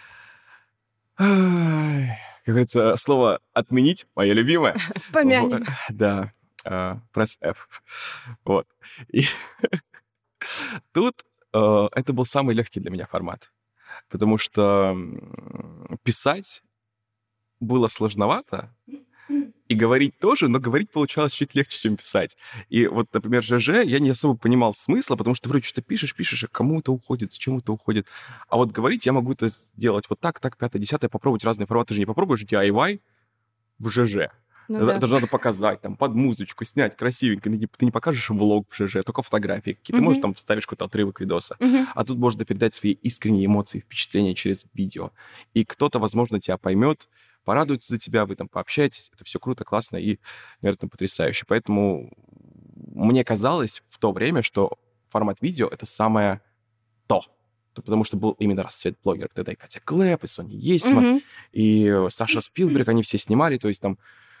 A: Ай, как говорится, слово «отменить» мое любимое.
B: Помянем.
A: Да, press F. Вот. И тут это был самый легкий для меня формат, потому что писать было сложновато, и говорить тоже, но говорить получалось чуть легче, чем писать. И вот, например, ЖЖ я не особо понимал смысла, потому что вроде что-то пишешь, а кому это уходит, зачем это уходит. А вот говорить я могу это сделать вот так, 5-е, 10-е, попробовать разные форматы. Ты же не попробуешь DIY в ЖЖ.
B: Ну да.
A: Это же надо показать, там, под музычку, снять красивенько. Ты не покажешь влог в ЖЖ, только фотографии какие-то. Ты можешь там вставишь какой-то отрывок видоса.
B: Мгм.
A: А тут можно передать свои искренние эмоции, впечатления через видео. И кто-то, возможно, тебя поймет, порадуется за тебя, вы там пообщаетесь. Это все круто, классно и, наверное, потрясающе. Поэтому мне казалось в то время, что формат видео — это самое то. Потому что был именно расцвет блогеров. Тогда и Катя Клэп, и Соня Есьман,
B: Мгм.
A: и Саша Спилберг, они все снимали. То есть там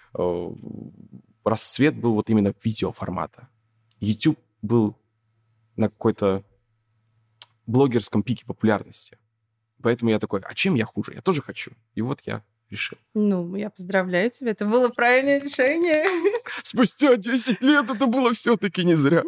A: расцвет был вот именно видеоформата. YouTube был на какой-то блогерском пике популярности. Поэтому я такой, а чем я хуже? Я тоже хочу. И вот я решил.
B: Ну, я поздравляю тебя, это было правильное решение.
A: Спустя 10 лет это было все-таки не зря.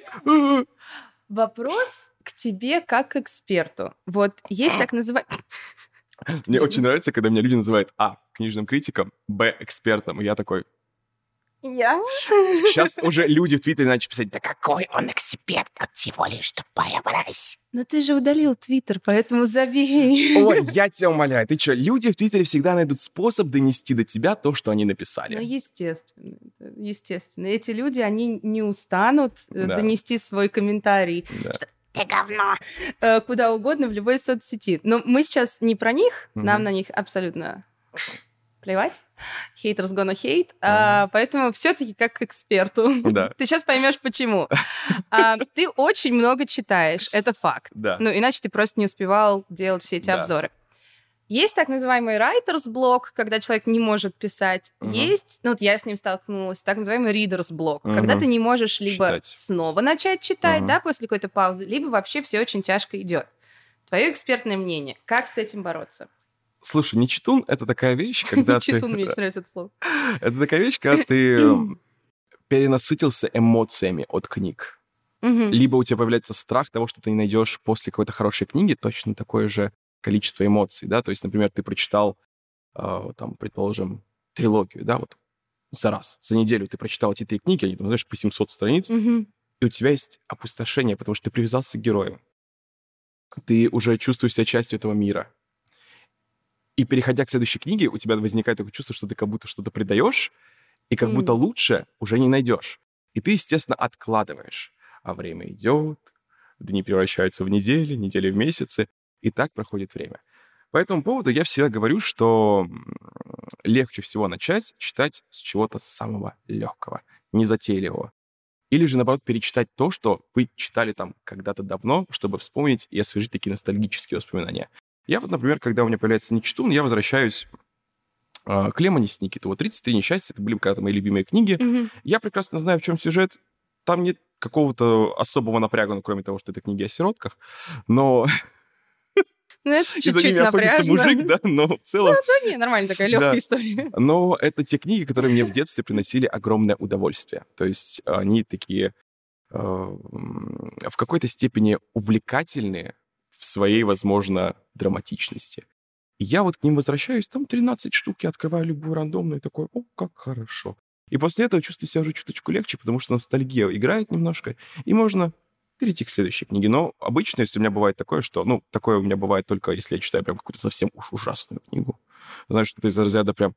B: Вопрос к тебе как к эксперту. Вот есть так называемый...
A: Мне очень нравится, когда меня люди называют книжным критиком, экспертом. И я такой,
B: Я?
A: сейчас уже люди в Твиттере начали писать, да какой он эксперт, он всего лишь тупая мразь.
B: Но ты же удалил Твиттер, поэтому забей.
A: Ой, я тебя умоляю, ты что, люди в Твиттере всегда найдут способ донести до тебя то, что они написали.
B: Ну, естественно, естественно. Эти люди, они не устанут
A: Да.
B: донести свой комментарий,
A: Да.
B: что ты говно, куда угодно, в любой соцсети. Но мы сейчас не про них, нам на них абсолютно плевать. Haters gonna hate. Поэтому все-таки как к эксперту.
A: Да.
B: Ты сейчас поймешь, почему. Ты очень много читаешь, это факт.
A: Да.
B: Ну, иначе ты просто не успевал делать все эти
A: Да.
B: обзоры. Есть так называемый writer's block, когда человек не может писать. Есть, ну вот я с ним столкнулась, так называемый reader's block, когда ты не можешь либо
A: Читать.
B: снова начать читать, да, после какой-то паузы, либо вообще все очень тяжко идет. Твое экспертное мнение, как с этим бороться?
A: Слушай, не читун — это такая вещь, когда ты...
B: Читун, мне очень нравится это слово.
A: Это такая вещь, когда ты перенасытился эмоциями от книг.
B: Мгм.
A: Либо у тебя появляется страх того, что ты не найдешь после какой-то хорошей книги точно такое же количество эмоций, да, то есть, например, ты прочитал, там, предположим, трилогию, да, вот за неделю ты прочитал эти 3 книги, они там, знаешь, по 700 страниц,
B: Мгм.
A: и у тебя есть опустошение, потому что ты привязался к герою. Ты уже чувствуешь себя частью этого мира. И переходя к следующей книге, у тебя возникает такое чувство, что ты как будто что-то предаешь, и как будто лучше уже не найдешь. И ты, естественно, откладываешь. А время идет, дни превращаются в недели, недели в месяцы, и так проходит время. По этому поводу я всегда говорю, что легче всего начать читать с чего-то самого легкого, незатейливого. Или же, наоборот, перечитать то, что вы читали там когда-то давно, чтобы вспомнить и освежить такие ностальгические воспоминания. Я вот, например, когда у меня появляется «Нечтун», я возвращаюсь к Лемони Сникету. Вот «33 несчастья» — это были когда-то мои любимые книги. Я прекрасно знаю, в чем сюжет. Там нет какого-то особого напряга, ну, кроме того, что это книги о сиротках. Но...
B: Ну, это
A: И за
B: чуть-чуть
A: ними охотится
B: напряжно.
A: мужик, да, но в целом...
B: Да, не, нормально, такая легкая
A: Да.
B: история.
A: Но это те книги, которые мне в детстве приносили огромное удовольствие. То есть они такие в какой-то степени увлекательные в своей, возможно, драматичности. И я вот к ним возвращаюсь, там 13 штук, я открываю любую рандомную, и такой, о, как хорошо. И после этого чувствую себя уже чуточку легче, потому что ностальгия играет немножко, и можно перейти к следующей книге. Но обычно, если у меня бывает такое, что... Ну, такое у меня бывает только, если я читаю прям какую-то совсем уж ужасную книгу. Знаешь, что-то из разряда прям...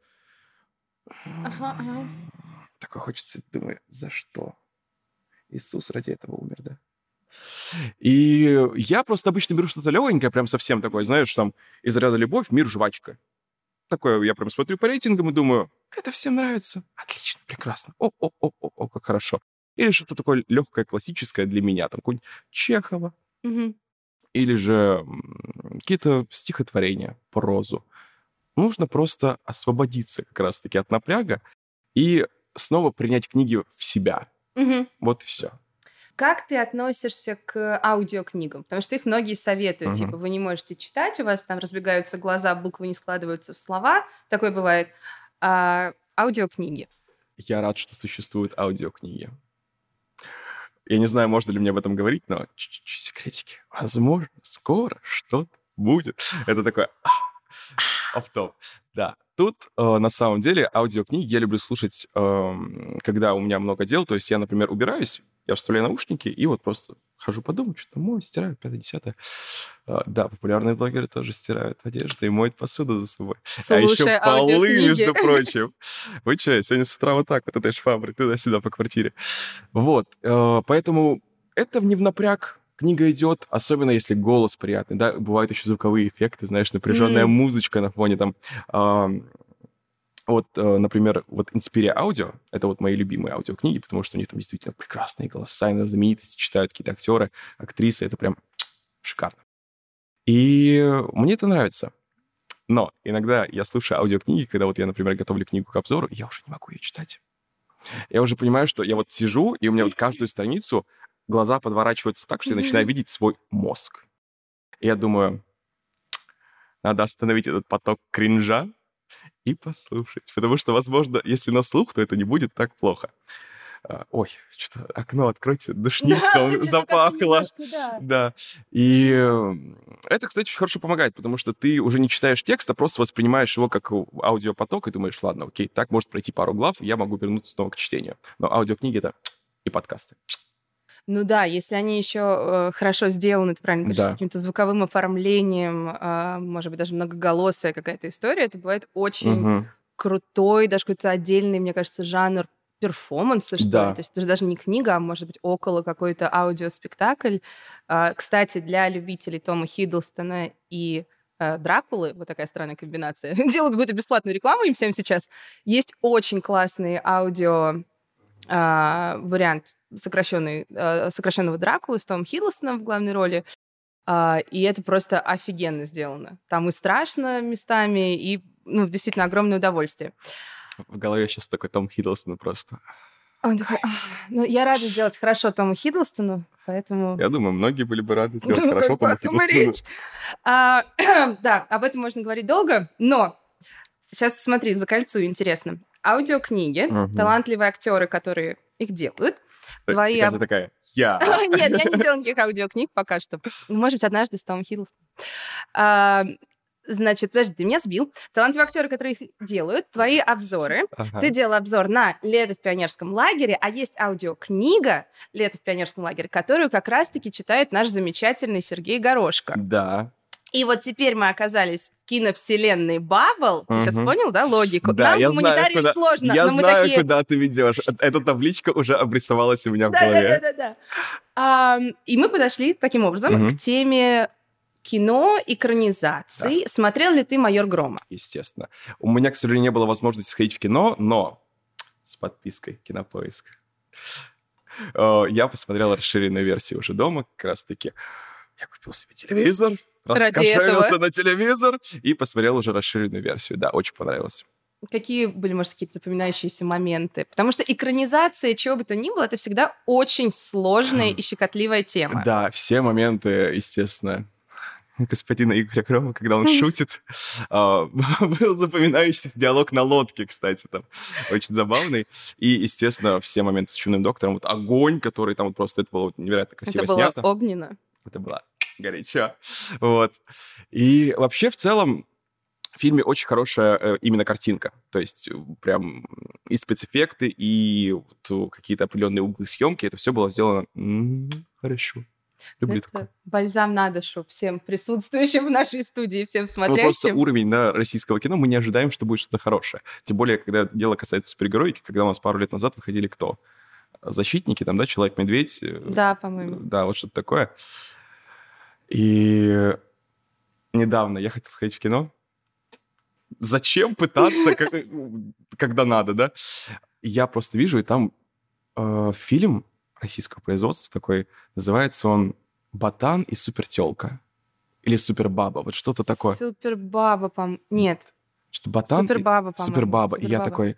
B: Ага.
A: Такое хочется, думаю, за что? Иисус ради этого умер, да? И я просто обычно беру что-то легонькое, прям совсем такое, знаешь, там, из ряда «Любовь, мир, жвачка». Такое я прям смотрю по рейтингам и думаю, это всем нравится. Отлично, прекрасно. О, как хорошо. Или что-то такое легкое, классическое для меня, там, какое-нибудь Чехова. Или же какие-то стихотворения, прозу. Нужно просто освободиться как раз-таки от напряга и снова принять книги в себя. Вот и все.
B: Как ты относишься к аудиокнигам? Потому что их многие советуют. Типа, вы не можете читать, у вас там разбегаются глаза, буквы не складываются в слова. Такое бывает. Аудиокниги.
A: Я рад, что существуют аудиокниги. Я не знаю, можно ли мне об этом говорить, но чуть-чуть секретики. Возможно, скоро что-то будет. Это такое... Офф-топ. Да. Тут, на самом деле, аудиокниги я люблю слушать, когда у меня много дел. То есть я, например, убираюсь, я вставляю наушники и вот просто хожу по дому, что-то мою, стираю, 5-10. Да, популярные блогеры тоже стирают одежду и моют посуду за собой. А еще полы, между прочим. Вы что, я сегодня с утра вот так вот этой шваброй туда-сюда по квартире. Вот. Поэтому это не в напряг. Книга идет, особенно если голос приятный, да, бывают еще звуковые эффекты, знаешь, напряженная музычка на фоне там. Вот, например, вот Inspiria Audio — это вот мои любимые аудиокниги, потому что у них там действительно прекрасные голоса, иногда знаменитости читают какие-то актеры, актрисы, это прям шикарно. И мне это нравится. Но иногда я слушаю аудиокниги, когда вот я, например, готовлю книгу к обзору, и я уже не могу ее читать. Я уже понимаю, что я вот сижу, и у меня вот каждую страницу глаза подворачиваются так, что я начинаю видеть свой мозг. И я думаю, надо остановить этот поток кринжа и послушать. Потому что, возможно, если на слух, то это не будет так плохо. Ой, что-то окно откройте, душнистом запахло. Да. И это, кстати, очень хорошо помогает, потому что ты уже не читаешь текст, а просто воспринимаешь его как аудиопоток и думаешь, ладно, окей, так может пройти пару глав, и я могу вернуться снова к чтению. Но аудиокниги — это и подкасты.
B: Ну да, если они еще хорошо сделаны, ты правильно говоришь, с каким-то звуковым оформлением, может быть, даже многоголосая какая-то история, это бывает очень крутой, даже какой-то отдельный, мне кажется, жанр перформанса, что ли. То есть это же даже не книга, а может быть около какой-то аудиоспектакль. Кстати, для любителей Тома Хиддлстона и Дракулы, вот такая странная комбинация, делаю какую-то бесплатную рекламу им всем сейчас, есть очень классный вариант сокращенного Дракулы с Томом Хиддлстоном в главной роли. И это просто офигенно сделано. Там и страшно местами, и действительно огромное удовольствие.
A: В голове сейчас такой Том Хиддлстон просто.
B: Он такой, я рада сделать хорошо Тому Хиддлстону, поэтому...
A: Я думаю, многие были бы рады сделать хорошо Тому Хиддлстону.
B: Да, об этом можно говорить долго, но сейчас, смотри, закольцую, интересно. Аудиокниги, талантливые актеры, которые их делают.
A: Твои... такая, я.
B: Нет, я не делала никаких аудиокниг пока что. Может быть, однажды с Томом Хиддлстоном. Значит, подожди, ты меня сбил. Талантливые актеры, которые их делают, твои обзоры. Ты делал обзор на «Лето в пионерском лагере», а есть аудиокнига «Лето в пионерском лагере», которую как раз-таки читает наш замечательный Сергей Горошко.
A: Да.
B: И вот теперь мы оказались в киновселенной Баббл. Ты сейчас понял, да, логику?
A: Да,
B: нам, гуманитариям, сложно.
A: Я
B: но мы
A: знаю,
B: такие...
A: куда ты ведешь. Эта табличка уже обрисовалась у меня в голове.
B: Да. И мы подошли таким образом к теме кино, экранизаций.
A: Да.
B: Смотрел ли ты «Майор Грома»?
A: Естественно. У меня, к сожалению, не было возможности сходить в кино, но с подпиской «Кинопоиск». Я посмотрел расширенную версию уже дома, как раз-таки. Я купил себе телевизор, раскошелился на телевизор и посмотрел уже расширенную версию. Да, очень понравилось.
B: Какие были, может, какие-то запоминающиеся моменты? Потому что экранизация, чего бы то ни было, это всегда очень сложная и щекотливая тема.
A: Да, все моменты, естественно, господина Игоря Грома, когда он шутит. Был запоминающийся диалог на лодке, кстати, там очень забавный. И, естественно, все моменты с «Чумным доктором». Вот огонь, который там вот просто, это было невероятно красиво снято.
B: Это было огненно.
A: Это было горячо. Вот. И вообще, в целом, в фильме очень хорошая именно картинка. То есть прям и спецэффекты, и вот какие-то определенные углы съемки. Это все было сделано хорошо. Люблю
B: это
A: такое.
B: Бальзам на душу всем присутствующим в нашей студии, всем смотрящим.
A: Ну, просто уровень российского кино, мы не ожидаем, что будет что-то хорошее. Тем более, когда дело касается супергероики, когда у нас пару лет назад выходили кто? «Защитники», там, да, «Человек-медведь».
B: Да, по-моему.
A: Да, вот что-то такое. И недавно я хотел сходить в кино. Зачем пытаться, когда надо, да? Я просто вижу, и там фильм российского производства такой, называется он «Ботан и супертёлка». Или «Супербаба», вот что-то такое.
B: Супербаба, по-моему. Нет.
A: Что «Ботан»
B: Супербаба, по-моему.
A: Супербаба. И я такой...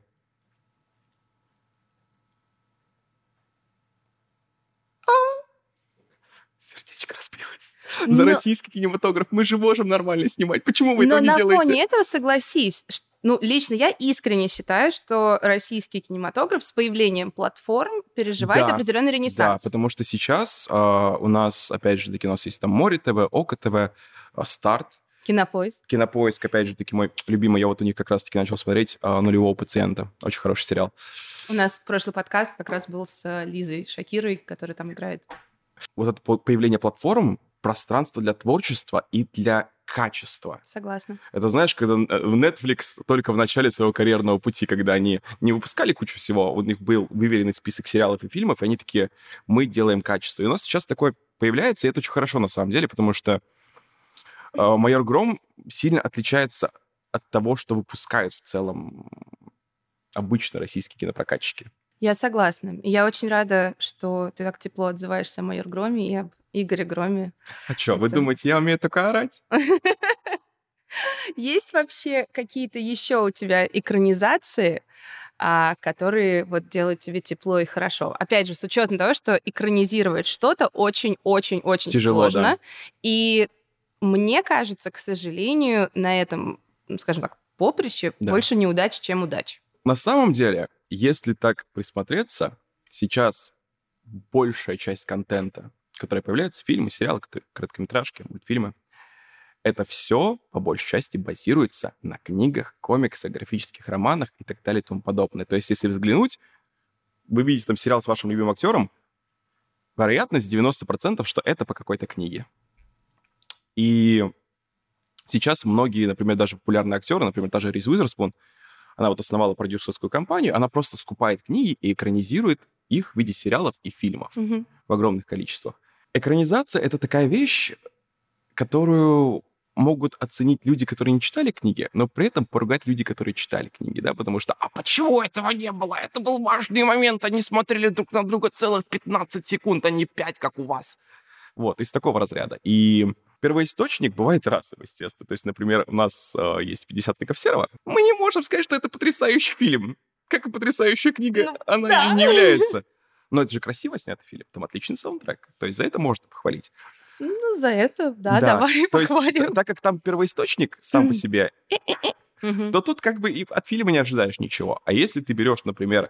A: Сердечко разбилось. За российский кинематограф мы же можем нормально снимать. Почему вы этого не делаете?
B: Но на фоне этого, согласись, лично я искренне считаю, что российский кинематограф с появлением платформ переживает определенный ренессанс.
A: Да, потому что сейчас у нас, опять же таки, у нас есть там Море ТВ, Око ТВ, Старт.
B: Кинопоиск.
A: Кинопоиск, опять же таки, мой любимый. Я вот у них как раз-таки начал смотреть «Нулевого пациента». Очень хороший сериал.
B: У нас прошлый подкаст как раз был с Лизой Шакировой, которая там играет.
A: Вот это появление платформ, пространство для творчества и для качества.
B: Согласна.
A: Это, знаешь, когда Netflix только в начале своего карьерного пути, когда они не выпускали кучу всего, у них был выверенный список сериалов и фильмов, и они такие, мы делаем качество. И у нас сейчас такое появляется, и это очень хорошо на самом деле, потому что «Майор Гром» сильно отличается от того, что выпускают в целом обычно российские кинопрокатчики.
B: Я согласна. И я очень рада, что ты так тепло отзываешься о «Майор Громе» и об Игоре Громе.
A: А что, вы думаете, я умею только орать?
B: Есть вообще какие-то еще у тебя экранизации, которые вот делают тебе тепло и хорошо? Опять же, с учетом того, что экранизировать что-то очень-очень-очень сложно.
A: Да.
B: И мне кажется, к сожалению, на этом, скажем так, поприще больше неудач, чем удач.
A: На самом деле, если так присмотреться, сейчас большая часть контента, который появляется, фильмы, сериалы, короткометражки, мультфильмы, это все, по большей части, базируется на книгах, комиксах, графических романах и так далее и тому подобное. То есть, если взглянуть, вы видите там сериал с вашим любимым актером, вероятность 90%, что это по какой-то книге. И сейчас многие, например, даже популярные актеры, например, та же Риз Уизерспун, она вот основала продюсерскую компанию, она просто скупает книги и экранизирует их в виде сериалов и фильмов в огромных количествах. Экранизация — это такая вещь, которую могут оценить люди, которые не читали книги, но при этом поругать люди, которые читали книги, да, потому что «А почему этого не было? Это был важный момент, они смотрели друг на друга целых 15 секунд, а не 5, как у вас». Вот, из такого разряда. И первоисточник бывает разным, естественно. То есть, например, у нас есть «50 оттенков серого». Мы не можем сказать, что это потрясающий фильм. Как и потрясающая книга, она и не является. Но это же красиво снятый фильм. Там отличный саундтрек. То есть за это можно похвалить.
B: Ну, за это, да, давай похвалим.
A: То есть, так как там первоисточник сам по себе, то тут как бы и от фильма не ожидаешь ничего. А если ты берешь, например,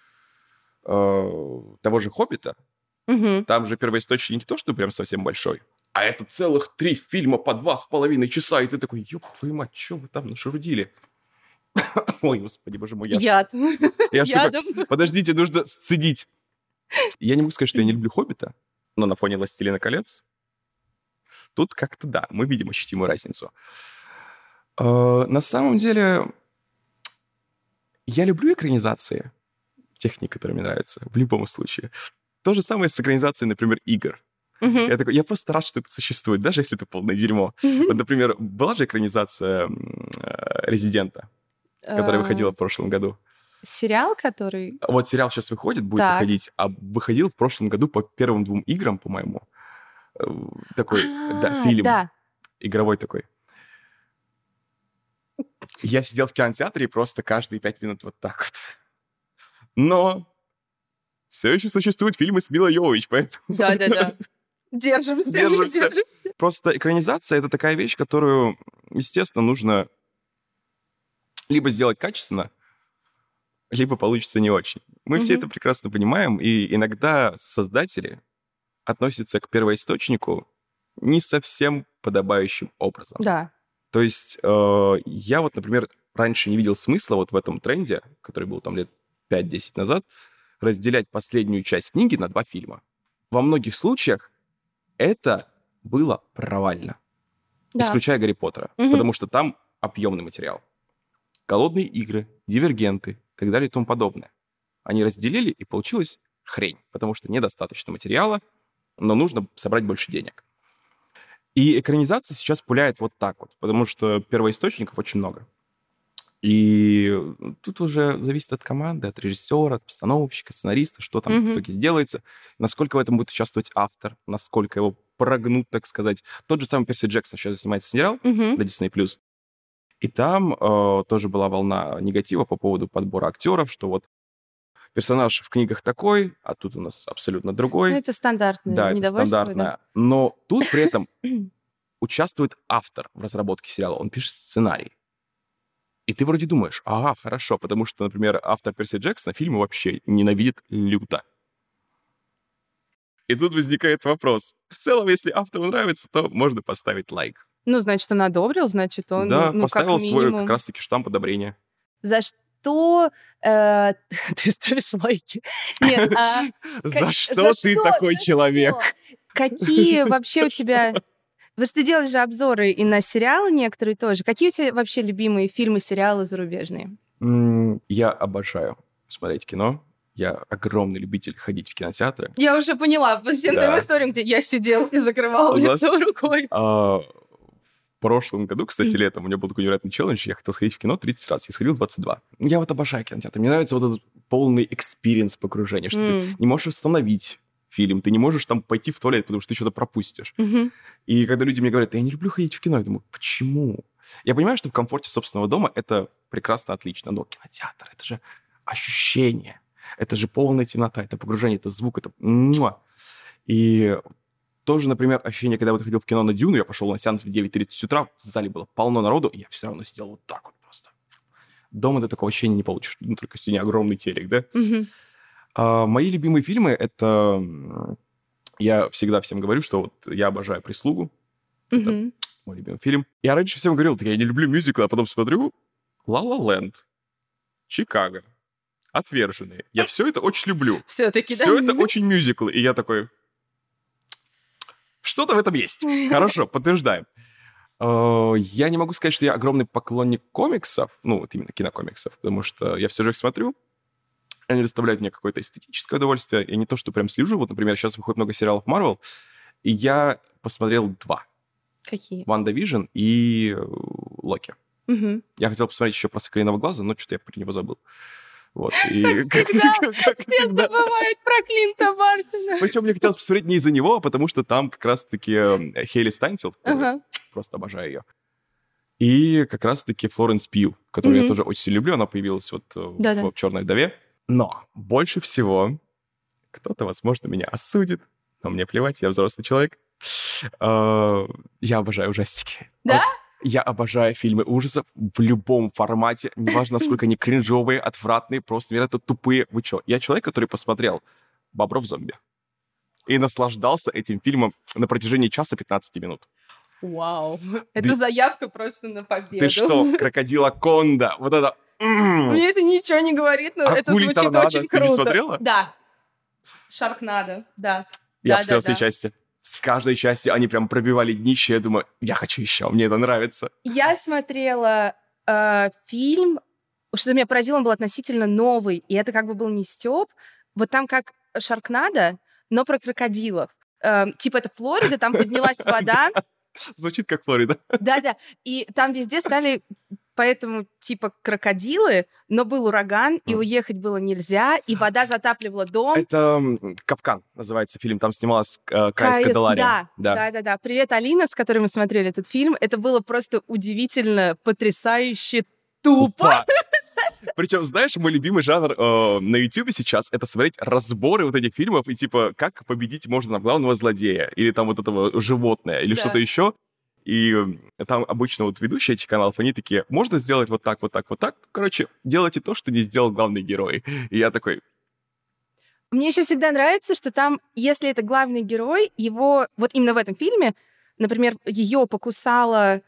A: того же «Хоббита», там же первоисточник не то, что прям совсем большой, а это целых 3 фильма по 2,5 часа, и ты такой, ёб твою мать, что вы там нашерудили? Ой, господи, боже мой,
B: яд.
A: Я ж такой, подождите, нужно сцедить. Я не могу сказать, что я не люблю «Хоббита», но на фоне «Властелина колец» тут как-то, да, мы видим ощутимую разницу. На самом деле, я люблю экранизации, техники, которые мне нравятся, в любом случае. То же самое с экранизацией, например, игр.
B: Мгм.
A: Я такой, я просто рад, что это существует, даже если это полное дерьмо. Вот, например, была же экранизация «Резидента», которая выходила в прошлом году.
B: Сериал, который...
A: Вот сериал сейчас выходит, будет
B: Так.
A: выходить, а выходил в прошлом году по первым 2 играм, по-моему. Такой, да, фильм
B: Да.
A: игровой такой. Я сидел в кинотеатре и просто каждые 5 минут вот так вот. Но все еще существуют фильмы с Милой Йовович, поэтому...
B: Да-да-да. Держимся.
A: Держимся. Просто экранизация — это такая вещь, которую, естественно, нужно либо сделать качественно, либо получится не очень. Мы все
B: Мгм.
A: это прекрасно понимаем, и иногда создатели относятся к первоисточнику не совсем подобающим образом.
B: Да.
A: То есть я вот, например, раньше не видел смысла вот в этом тренде, который был там лет 5-10 назад, разделять последнюю часть книги на 2 фильма. Во многих случаях это было провально,
B: Да.
A: исключая Гарри Поттера,
B: Мгм.
A: потому что там объемный материал. Голодные игры, Дивергенты и так далее и тому подобное. Они разделили, и получилась хрень, потому что недостаточно материала, но нужно собрать больше денег. И экранизация сейчас пуляет вот так вот, потому что первоисточников очень много. И тут уже зависит от команды, от режиссера, от постановщика, сценариста, что там в итоге сделается, насколько в этом будет участвовать автор, насколько его прогнут, так сказать. Тот же самый Перси Джексон сейчас занимается сериал
B: Мгм.
A: на Disney+. И там тоже была волна негатива по поводу подбора актеров, что вот персонаж в книгах такой, а тут у нас абсолютно
B: Ну,
A: другой.
B: это стандартное
A: Да, это
B: недовольство, да.
A: стандартное. Но тут при этом участвует автор в разработке сериала, он пишет сценарий. И ты вроде думаешь, ага, хорошо, потому что, например, автор Перси Джексона фильмы вообще ненавидит люто. И тут возникает вопрос. В целом, если автору нравится, то можно поставить лайк.
B: Ну, значит, он одобрил, значит, он,
A: Да,
B: ну, как
A: поставил свой как
B: минимум.
A: раз-таки штамп одобрения.
B: За что ты ставишь лайки? Нет,
A: За что ты такой человек?
B: Какие вообще у тебя... Потому что ты делаешь же обзоры и на сериалы некоторые тоже. Какие у тебя вообще любимые фильмы, сериалы зарубежные?
A: Я обожаю смотреть кино. Я огромный любитель ходить в кинотеатры.
B: Я уже поняла по всем
A: Да.
B: твоим историям, где я сидел и закрывал
A: У нас-
B: лицо рукой.
A: В прошлом году, кстати, летом, у меня был такой невероятный челлендж. Я хотел сходить в кино 30 раз. Я сходил 22. Я вот обожаю кинотеатр. Мне нравится вот этот полный экспириенс погружения, что ты не можешь остановить фильм, ты не можешь там пойти в туалет, потому что ты что-то пропустишь.
B: Мгм.
A: И когда люди мне говорят, я не люблю ходить в кино, я думаю, почему? Я понимаю, что в комфорте собственного дома это прекрасно, отлично, но кинотеатр — это же ощущение, это же полная темнота, это погружение, это звук, это... муа. И тоже, например, ощущение, когда я вот ходил в кино на «Дюну», я пошел на сеанс в 9:30 утра, в зале было полно народу, и я все равно сидел вот так вот просто. Дома ты такого ощущения не получишь, ну, только если не огромный телек, да?
B: Мгм.
A: Мои любимые фильмы — это... Я всегда всем говорю, что вот я обожаю «Прислугу», это
B: Мгм.
A: мой любимый фильм. Я раньше всем говорил, так я не люблю мюзиклы, а потом смотрю «Ла Ла Ленд», «Чикаго», «Отверженные». Я все это очень люблю.
B: Все-таки, да?
A: Все это очень мюзиклы. И я такой, что-то в этом есть. Хорошо, подтверждаем. Я не могу сказать, что я огромный поклонник комиксов, ну, вот именно кинокомиксов, потому что я все же их смотрю. Они доставляют мне какое-то эстетическое удовольствие. Я не то, что прям слежу. Вот, например, сейчас выходит много сериалов Marvel, и я посмотрел 2.
B: Какие?
A: «Ванда Вижн» и «Локи».
B: Мгм.
A: Я хотел посмотреть еще про «Соколиного глаза», но что-то я про него забыл. Вот. И
B: всегда.
A: как
B: Все
A: всегда.
B: забывают про Клинта Бартона.
A: Причем мне хотелось посмотреть не из-за него, а потому что там как раз-таки Хейли Стайнфилд, которую
B: Ага.
A: просто обожаю ее. И как раз-таки Флоренс Пью, которую я
B: Мгм.
A: тоже очень сильно люблю. Она появилась вот
B: Да-да.
A: в «Черной вдове». Но больше всего кто-то, возможно, меня осудит, но мне плевать, я взрослый человек. Я обожаю ужастики.
B: Да?
A: Вот я обожаю фильмы ужасов в любом формате, неважно, насколько они кринжовые, отвратные, просто невероятно тупые. Вы чё? Я человек, который посмотрел «Бобров зомби» и наслаждался этим фильмом на протяжении часа 15 минут.
B: Вау. Это заявка просто на победу.
A: Ты что, крокодила Конда? Вот это...
B: Мне это ничего не говорит, но это
A: «Акулий
B: звучит
A: торнадо»
B: очень
A: ты
B: круто.
A: не смотрела?
B: Да. «Шаркнадо», да.
A: Я
B: Да,
A: посмотрел
B: да,
A: все
B: да.
A: части. С каждой части они прям пробивали днище. Я думаю, я хочу еще, мне это нравится.
B: Я смотрела фильм, что меня поразило, он был относительно новый, и это как бы был не стёб. Вот там как «Шаркнадо», но про крокодилов. типа это Флорида, там поднялась вода.
A: Звучит как Флорида.
B: Да-да, и там везде стали поэтому типа крокодилы, но был ураган, и уехать было нельзя, и вода затапливала дом.
A: Это «Капкан» называется фильм, там снималась Кая Скоделари.
B: Да. Привет, Алина, с которой мы смотрели этот фильм. Это было просто удивительно, потрясающе, тупо.
A: Причем, знаешь, мой любимый жанр на YouTube сейчас — это смотреть разборы вот этих фильмов и типа, как победить можно там главного злодея, или там вот этого животное, или что-то еще. И там обычно вот ведущие этих каналов, они такие, можно сделать вот так, вот так, вот так. Короче, делайте то, что не сделал главный герой. И я такой...
B: Мне еще всегда нравится, что там, если это главный герой, его... Вот именно в этом фильме, например, ее покусали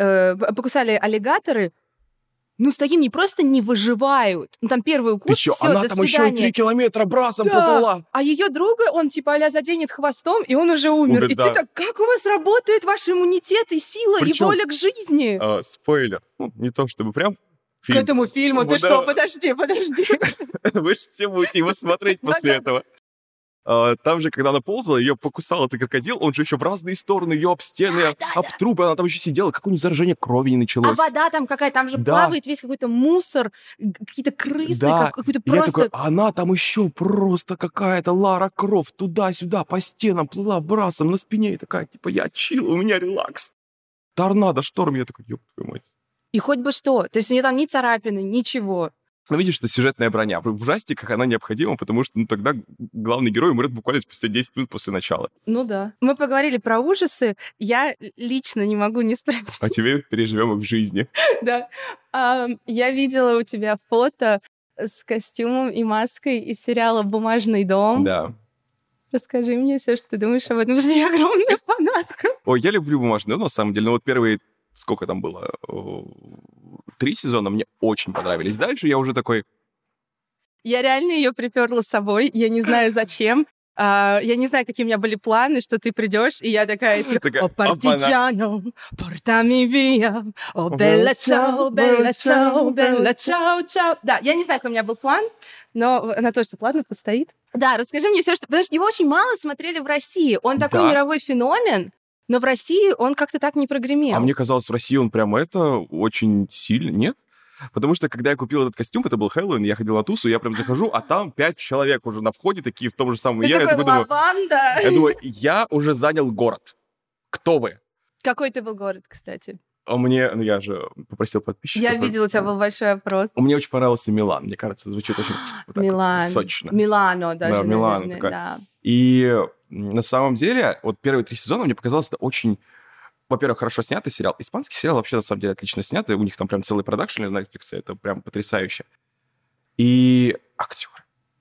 B: аллигаторы, ну, с таким не просто не выживают. Ну, там первый укус,
A: всё,
B: всё,
A: она
B: до
A: там
B: свидания.
A: еще и 3 километра брасом проплыла.
B: А ее друга, он типа а-ля заденет хвостом, и он уже умер. И ты так, как у вас работает ваш иммунитет и сила, и воля к жизни?
A: Спойлер. Ну, не то чтобы прям
B: фильм. К этому фильму ты что? Подожди.
A: Вы же все будете его смотреть после этого. Там же, когда она ползала, ее покусал этот крокодил, он же еще в разные стороны ее об стены, об трубы, она там еще сидела, как у нее заражение крови не началось.
B: А вода там какая-то, там же плавает весь какой-то мусор, какие-то крысы, какой-то просто...
A: Я такой, она там еще просто какая-то Лара Крофт, туда-сюда, по стенам плыла брасом на спине, и такая, типа, я чил, у меня релакс. Торнадо, шторм, я такой, ёб твою мать.
B: И хоть бы что, то есть у нее там ни царапины, ничего.
A: Ну, видишь, это сюжетная броня. В ужастиках она необходима, потому что тогда главный герой умрет буквально спустя 10 минут после начала.
B: Ну да. Мы поговорили про ужасы. Я лично не могу не спросить.
A: А теперь переживем их в жизни.
B: Да. Я видела у тебя фото с костюмом и маской из сериала «Бумажный дом».
A: Да.
B: Расскажи мне все, что ты думаешь об этом, потому что я огромная фанатка.
A: Ой, я люблю «Бумажный дом», на самом деле. Но вот первые, сколько там было, 3 сезона мне очень понравились. Дальше я уже такой...
B: Я реально ее приперла с собой. Я не знаю, зачем. Я не знаю, какие у меня были планы, что ты придешь, и я такая, типа, «О, партиджано, портами виа, о, белла чао, белла чао, белла чао, чао». Да, я не знаю, какой у меня был план, но она тоже так, ладно, постоит. Да, расскажи мне все, что... Потому что его очень мало смотрели в России. Он такой мировой феномен, но в России он как-то так не прогремел.
A: А мне казалось, в России он прямо очень сильно, нет? Потому что, когда я купил этот костюм, это был Хэллоуин, я ходил на тусу, я прям захожу, а там 5 человек уже на входе, такие в том же самом...
B: Я такой, лаванда.
A: Я думаю, я уже занял город. Кто вы?
B: Какой ты был город, кстати?
A: А мне... Ну, я же попросил подписчиков.
B: Я видела, у тебя был большой опрос.
A: Мне очень понравился Милан. Мне кажется, звучит очень
B: Милан.
A: Сочно.
B: Милано даже,
A: да, Милано
B: наверное,
A: такая.
B: Да.
A: И на самом деле, вот первые 3 сезона мне показалось это очень... Во-первых, хорошо снятый сериал. Испанский сериал вообще, на самом деле, отлично снятый. У них там прям целый продакшн на Netflix. Это прям потрясающе. И актеры.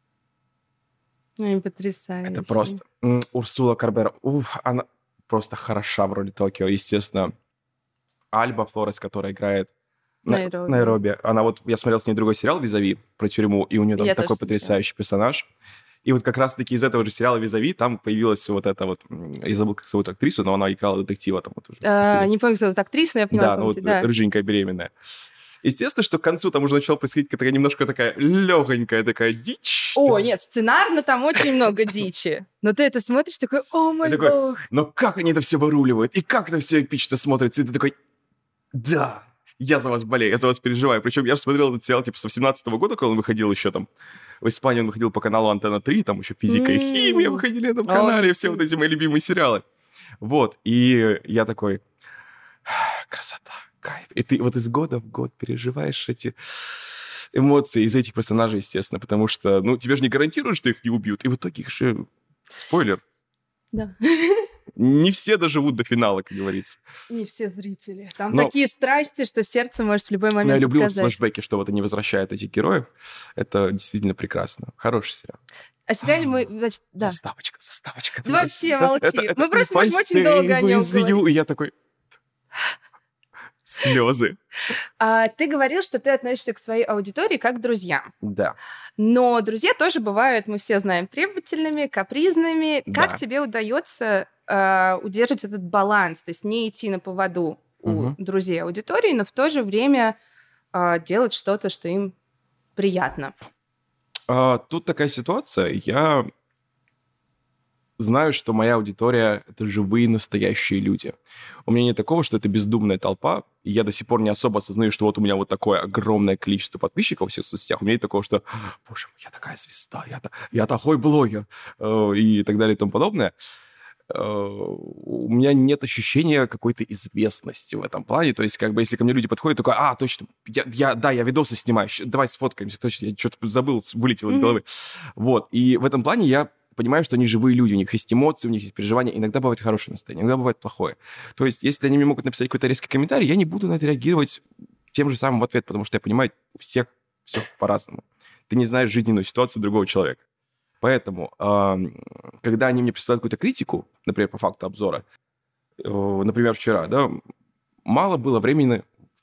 B: Они потрясающие.
A: Это просто... Урсула Корбера. Она просто хороша в роли Токио. Естественно, Альба Флорес, которая играет Найроби. Она вот... Я смотрел с ней другой сериал «Визави» про тюрьму, и у нее там такой потрясающий персонаж. И вот как раз-таки из этого же сериала «Визави» там появилась вот эта вот... Я забыл, как зовут актрису, но она играла детектива там вот уже.
B: Не помню, кто зовут актрису, но я поняла,
A: да, ну вот рыженькая беременная. Естественно, что к концу там уже начала происходить такая немножко такая легонькая такая дичь.
B: О, нет, сценарно там очень много дичи. Но ты это смотришь, такой, о мой бог.
A: Но как они это все выруливают, и как это все эпично смотрится, и ты такой, да, я за вас болею, я за вас переживаю. Причем я же смотрел этот сериал типа с 18-го года, когда он выходил еще там. В Испании он выходил по каналу Антенна 3, там еще «Физика» и «Химия» выходили на этом канале, все вот эти мои любимые сериалы. Вот, и я такой, красота, кайф. И ты вот из года в год переживаешь эти эмоции из этих персонажей, естественно, потому что, ну, тебе же не гарантируют, что их не убьют, и в итоге их же... Спойлер.
B: Да.
A: Не все доживут до финала, как говорится.
B: Не все зрители. Там такие страсти, что сердце может в любой момент
A: я люблю
B: отказать.
A: флешбеки, что вот они возвращают этих героев. Это действительно прекрасно. Хороший сериал.
B: А сериале мы, значит, да.
A: Заставочка.
B: Вообще молчи. Мы просто можем очень долго о нем говорить.
A: И я такой... Слезы.
B: Ты говорил, что ты относишься к своей аудитории как к друзьям.
A: Да.
B: Но друзья тоже бывают, мы все знаем, требовательными, капризными.
A: Да.
B: Как тебе удается удерживать этот баланс? То есть не идти на поводу у друзей аудитории, но в то же время делать что-то, что им приятно.
A: Тут такая ситуация. Я знаю, что моя аудитория — это живые, настоящие люди. У меня нет такого, что это бездумная толпа, и я до сих пор не особо осознаю, что вот у меня вот такое огромное количество подписчиков во всех соцсетях. У меня нет такого, что, боже мой, я такая звезда, я такой блогер, и так далее и тому подобное. У меня нет ощущения какой-то известности в этом плане. То есть, как бы, если ко мне люди подходят, такой, точно, я видосы снимаю, давай сфоткаемся, точно, я что-то забыл, вылетело из головы. Вот, и в этом плане я понимаю, что они живые люди, у них есть эмоции, у них есть переживания, иногда бывает хорошее настроение, иногда бывает плохое. То есть, если они мне могут написать какой-то резкий комментарий, я не буду на это реагировать тем же самым в ответ, потому что я понимаю, у всех все по-разному. Ты не знаешь жизненную ситуацию другого человека. Поэтому, когда они мне присылают какую-то критику, например, по факту обзора, например, вчера, да, мало было времени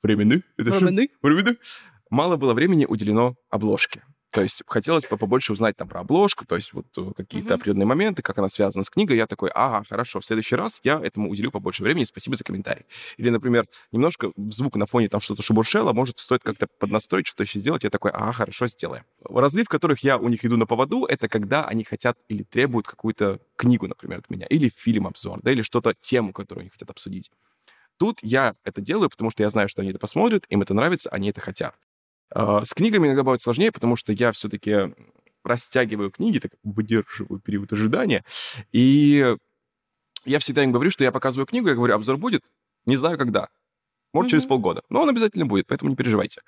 A: уделено обложке. То есть хотелось бы побольше узнать там про обложку, то есть вот какие-то определенные моменты, как она связана с книгой. Я такой, хорошо, в следующий раз я этому уделю побольше времени, спасибо за комментарий. Или, например, немножко звук на фоне там что-то шебуршело, может, стоит как-то поднастроить, что-то еще сделать. Я такой, хорошо, сделаем. Разы, в которых я у них иду на поводу, это когда они хотят или требуют какую-то книгу, например, от меня, или фильм-обзор, да, или что-то, тему, которую они хотят обсудить. Тут я это делаю, потому что я знаю, что они это посмотрят, им это нравится, они это хотят. С книгами иногда бывает сложнее, потому что я все-таки растягиваю книги, так выдерживаю период ожидания, и я всегда им говорю, что я показываю книгу, я говорю, обзор будет, не знаю когда, может, через полгода, но он обязательно будет, поэтому не переживайте.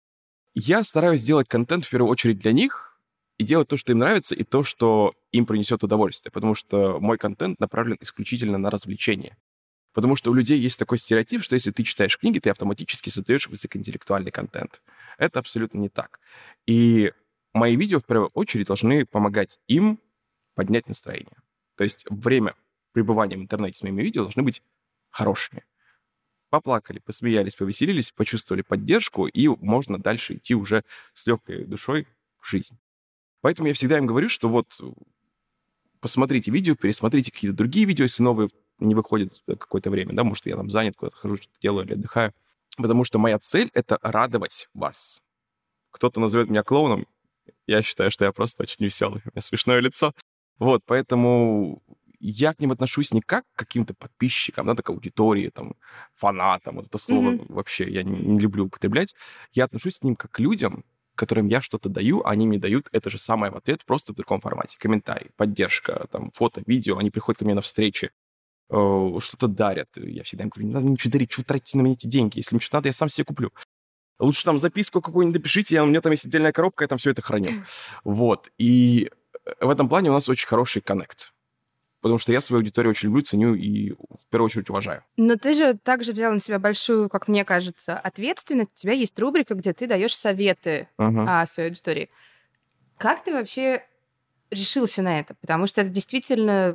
A: Я стараюсь делать контент в первую очередь для них и делать то, что им нравится, и то, что им принесет удовольствие, потому что мой контент направлен исключительно на развлечение. Потому что у людей есть такой стереотип, что если ты читаешь книги, ты автоматически создаешь высокоинтеллектуальный контент. Это абсолютно не так. И мои видео, в первую очередь, должны помогать им поднять настроение. То есть время пребывания в интернете с моими видео должны быть хорошими. Поплакали, посмеялись, повеселились, почувствовали поддержку, и можно дальше идти уже с легкой душой в жизнь. Поэтому я всегда им говорю, что вот посмотрите видео, пересмотрите какие-то другие видео, если новые не выходит какое-то время, да, может, я там занят, куда-то хожу, что-то делаю или отдыхаю. Потому что моя цель — это радовать вас. Кто-то назовет меня клоуном, я считаю, что я просто очень веселый, у меня смешное лицо. Вот, поэтому я к ним отношусь не как к каким-то подписчикам, да, так, аудитории, там, фанатам, вот это слово вообще я не люблю употреблять. Я отношусь к ним как к людям, которым я что-то даю, а они мне дают это же самое в ответ, просто в другом формате. Комментарий, поддержка, там, фото, видео, они приходят ко мне на встречи, что-то дарят. Я всегда им говорю, не надо ничего дарить, чего тратить на меня эти деньги? Если мне что-то надо, я сам себе куплю. Лучше там записку какую-нибудь напишите, у меня там есть отдельная коробка, я там все это храню. Вот. И в этом плане у нас очень хороший коннект. Потому что я свою аудиторию очень люблю, ценю и в первую очередь уважаю.
B: Но ты же также взял на себя большую, как мне кажется, ответственность. У тебя есть рубрика, где ты даешь советы о своей аудитории. Как ты вообще решился на это? Потому что это действительно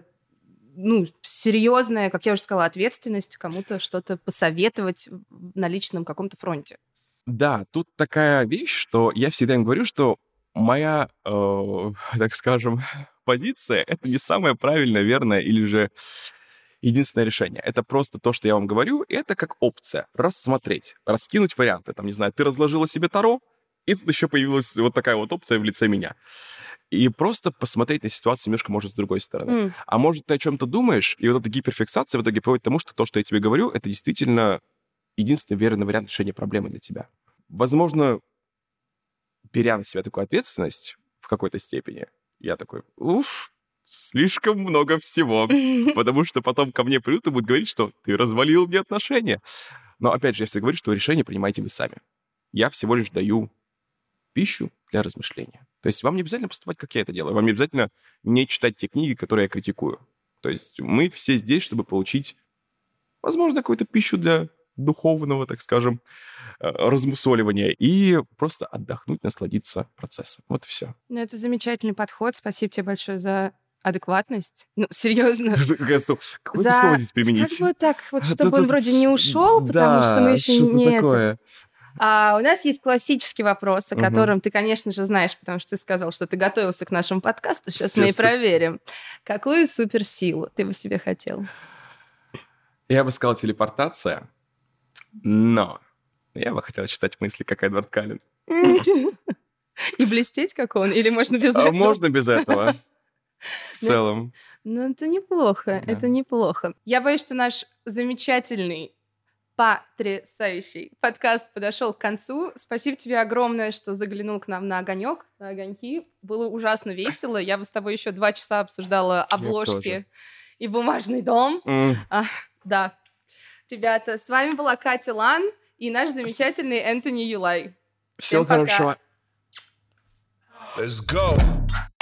B: серьезная, как я уже сказала, ответственность кому-то что-то посоветовать на личном каком-то фронте.
A: Да, тут такая вещь, что я всегда им говорю, что моя, так скажем, позиция — это не самое правильное, верное или же единственное решение. Это просто то, что я вам говорю, и это как опция. Рассмотреть, раскинуть варианты. Там, не знаю, ты разложила себе таро, и тут еще появилась вот такая вот опция в лице меня. И просто посмотреть на ситуацию немножко, может, с другой стороны. А может, ты о чем-то думаешь, и вот эта гиперфиксация в итоге приводит к тому, что то, что я тебе говорю, это действительно единственный верный вариант решения проблемы для тебя. Возможно, беря на себя такую ответственность в какой-то степени, я такой, слишком много всего. Потому что потом ко мне придут и будут говорить, что ты развалил мне отношения. Но, опять же, я всегда говорю, что решение принимаете вы сами. Я всего лишь даю пищу для размышления. То есть вам не обязательно поступать, как я это делаю. Вам не обязательно не читать те книги, которые я критикую. То есть мы все здесь, чтобы получить, возможно, какую-то пищу для духовного, так скажем, размусоливания и просто отдохнуть, насладиться процессом. Вот и все.
B: Ну, это замечательный подход. Спасибо тебе большое за адекватность. Ну, серьезно.
A: Какое слово здесь применить?
B: Как бы так, вот чтобы он вроде не ушел, потому что мы еще не...
A: такое.
B: А у нас есть классический вопрос, о котором ты, конечно же, знаешь, потому что ты сказал, что ты готовился к нашему подкасту. Сейчас мы и проверим. Какую суперсилу ты бы себе хотел?
A: Я бы сказал телепортация, но я бы хотел читать мысли, как Эдвард Каллен.
B: И блестеть, как он? Или можно без этого?
A: Можно без этого. В целом.
B: Ну, это неплохо,
A: Да.
B: это неплохо. Я боюсь, что наш замечательный, потрясающий подкаст подошел к концу. Спасибо тебе огромное, что заглянул к нам на огонек, на огоньки. Было ужасно весело. Я бы с тобой еще 2 часа обсуждала обложки
A: тоже.
B: и бумажный дом. Да. Ребята, с вами была Катя Лан и наш замечательный Энтони Юлай.
A: Всего
B: Всем пока.
A: хорошего.
C: Let's go.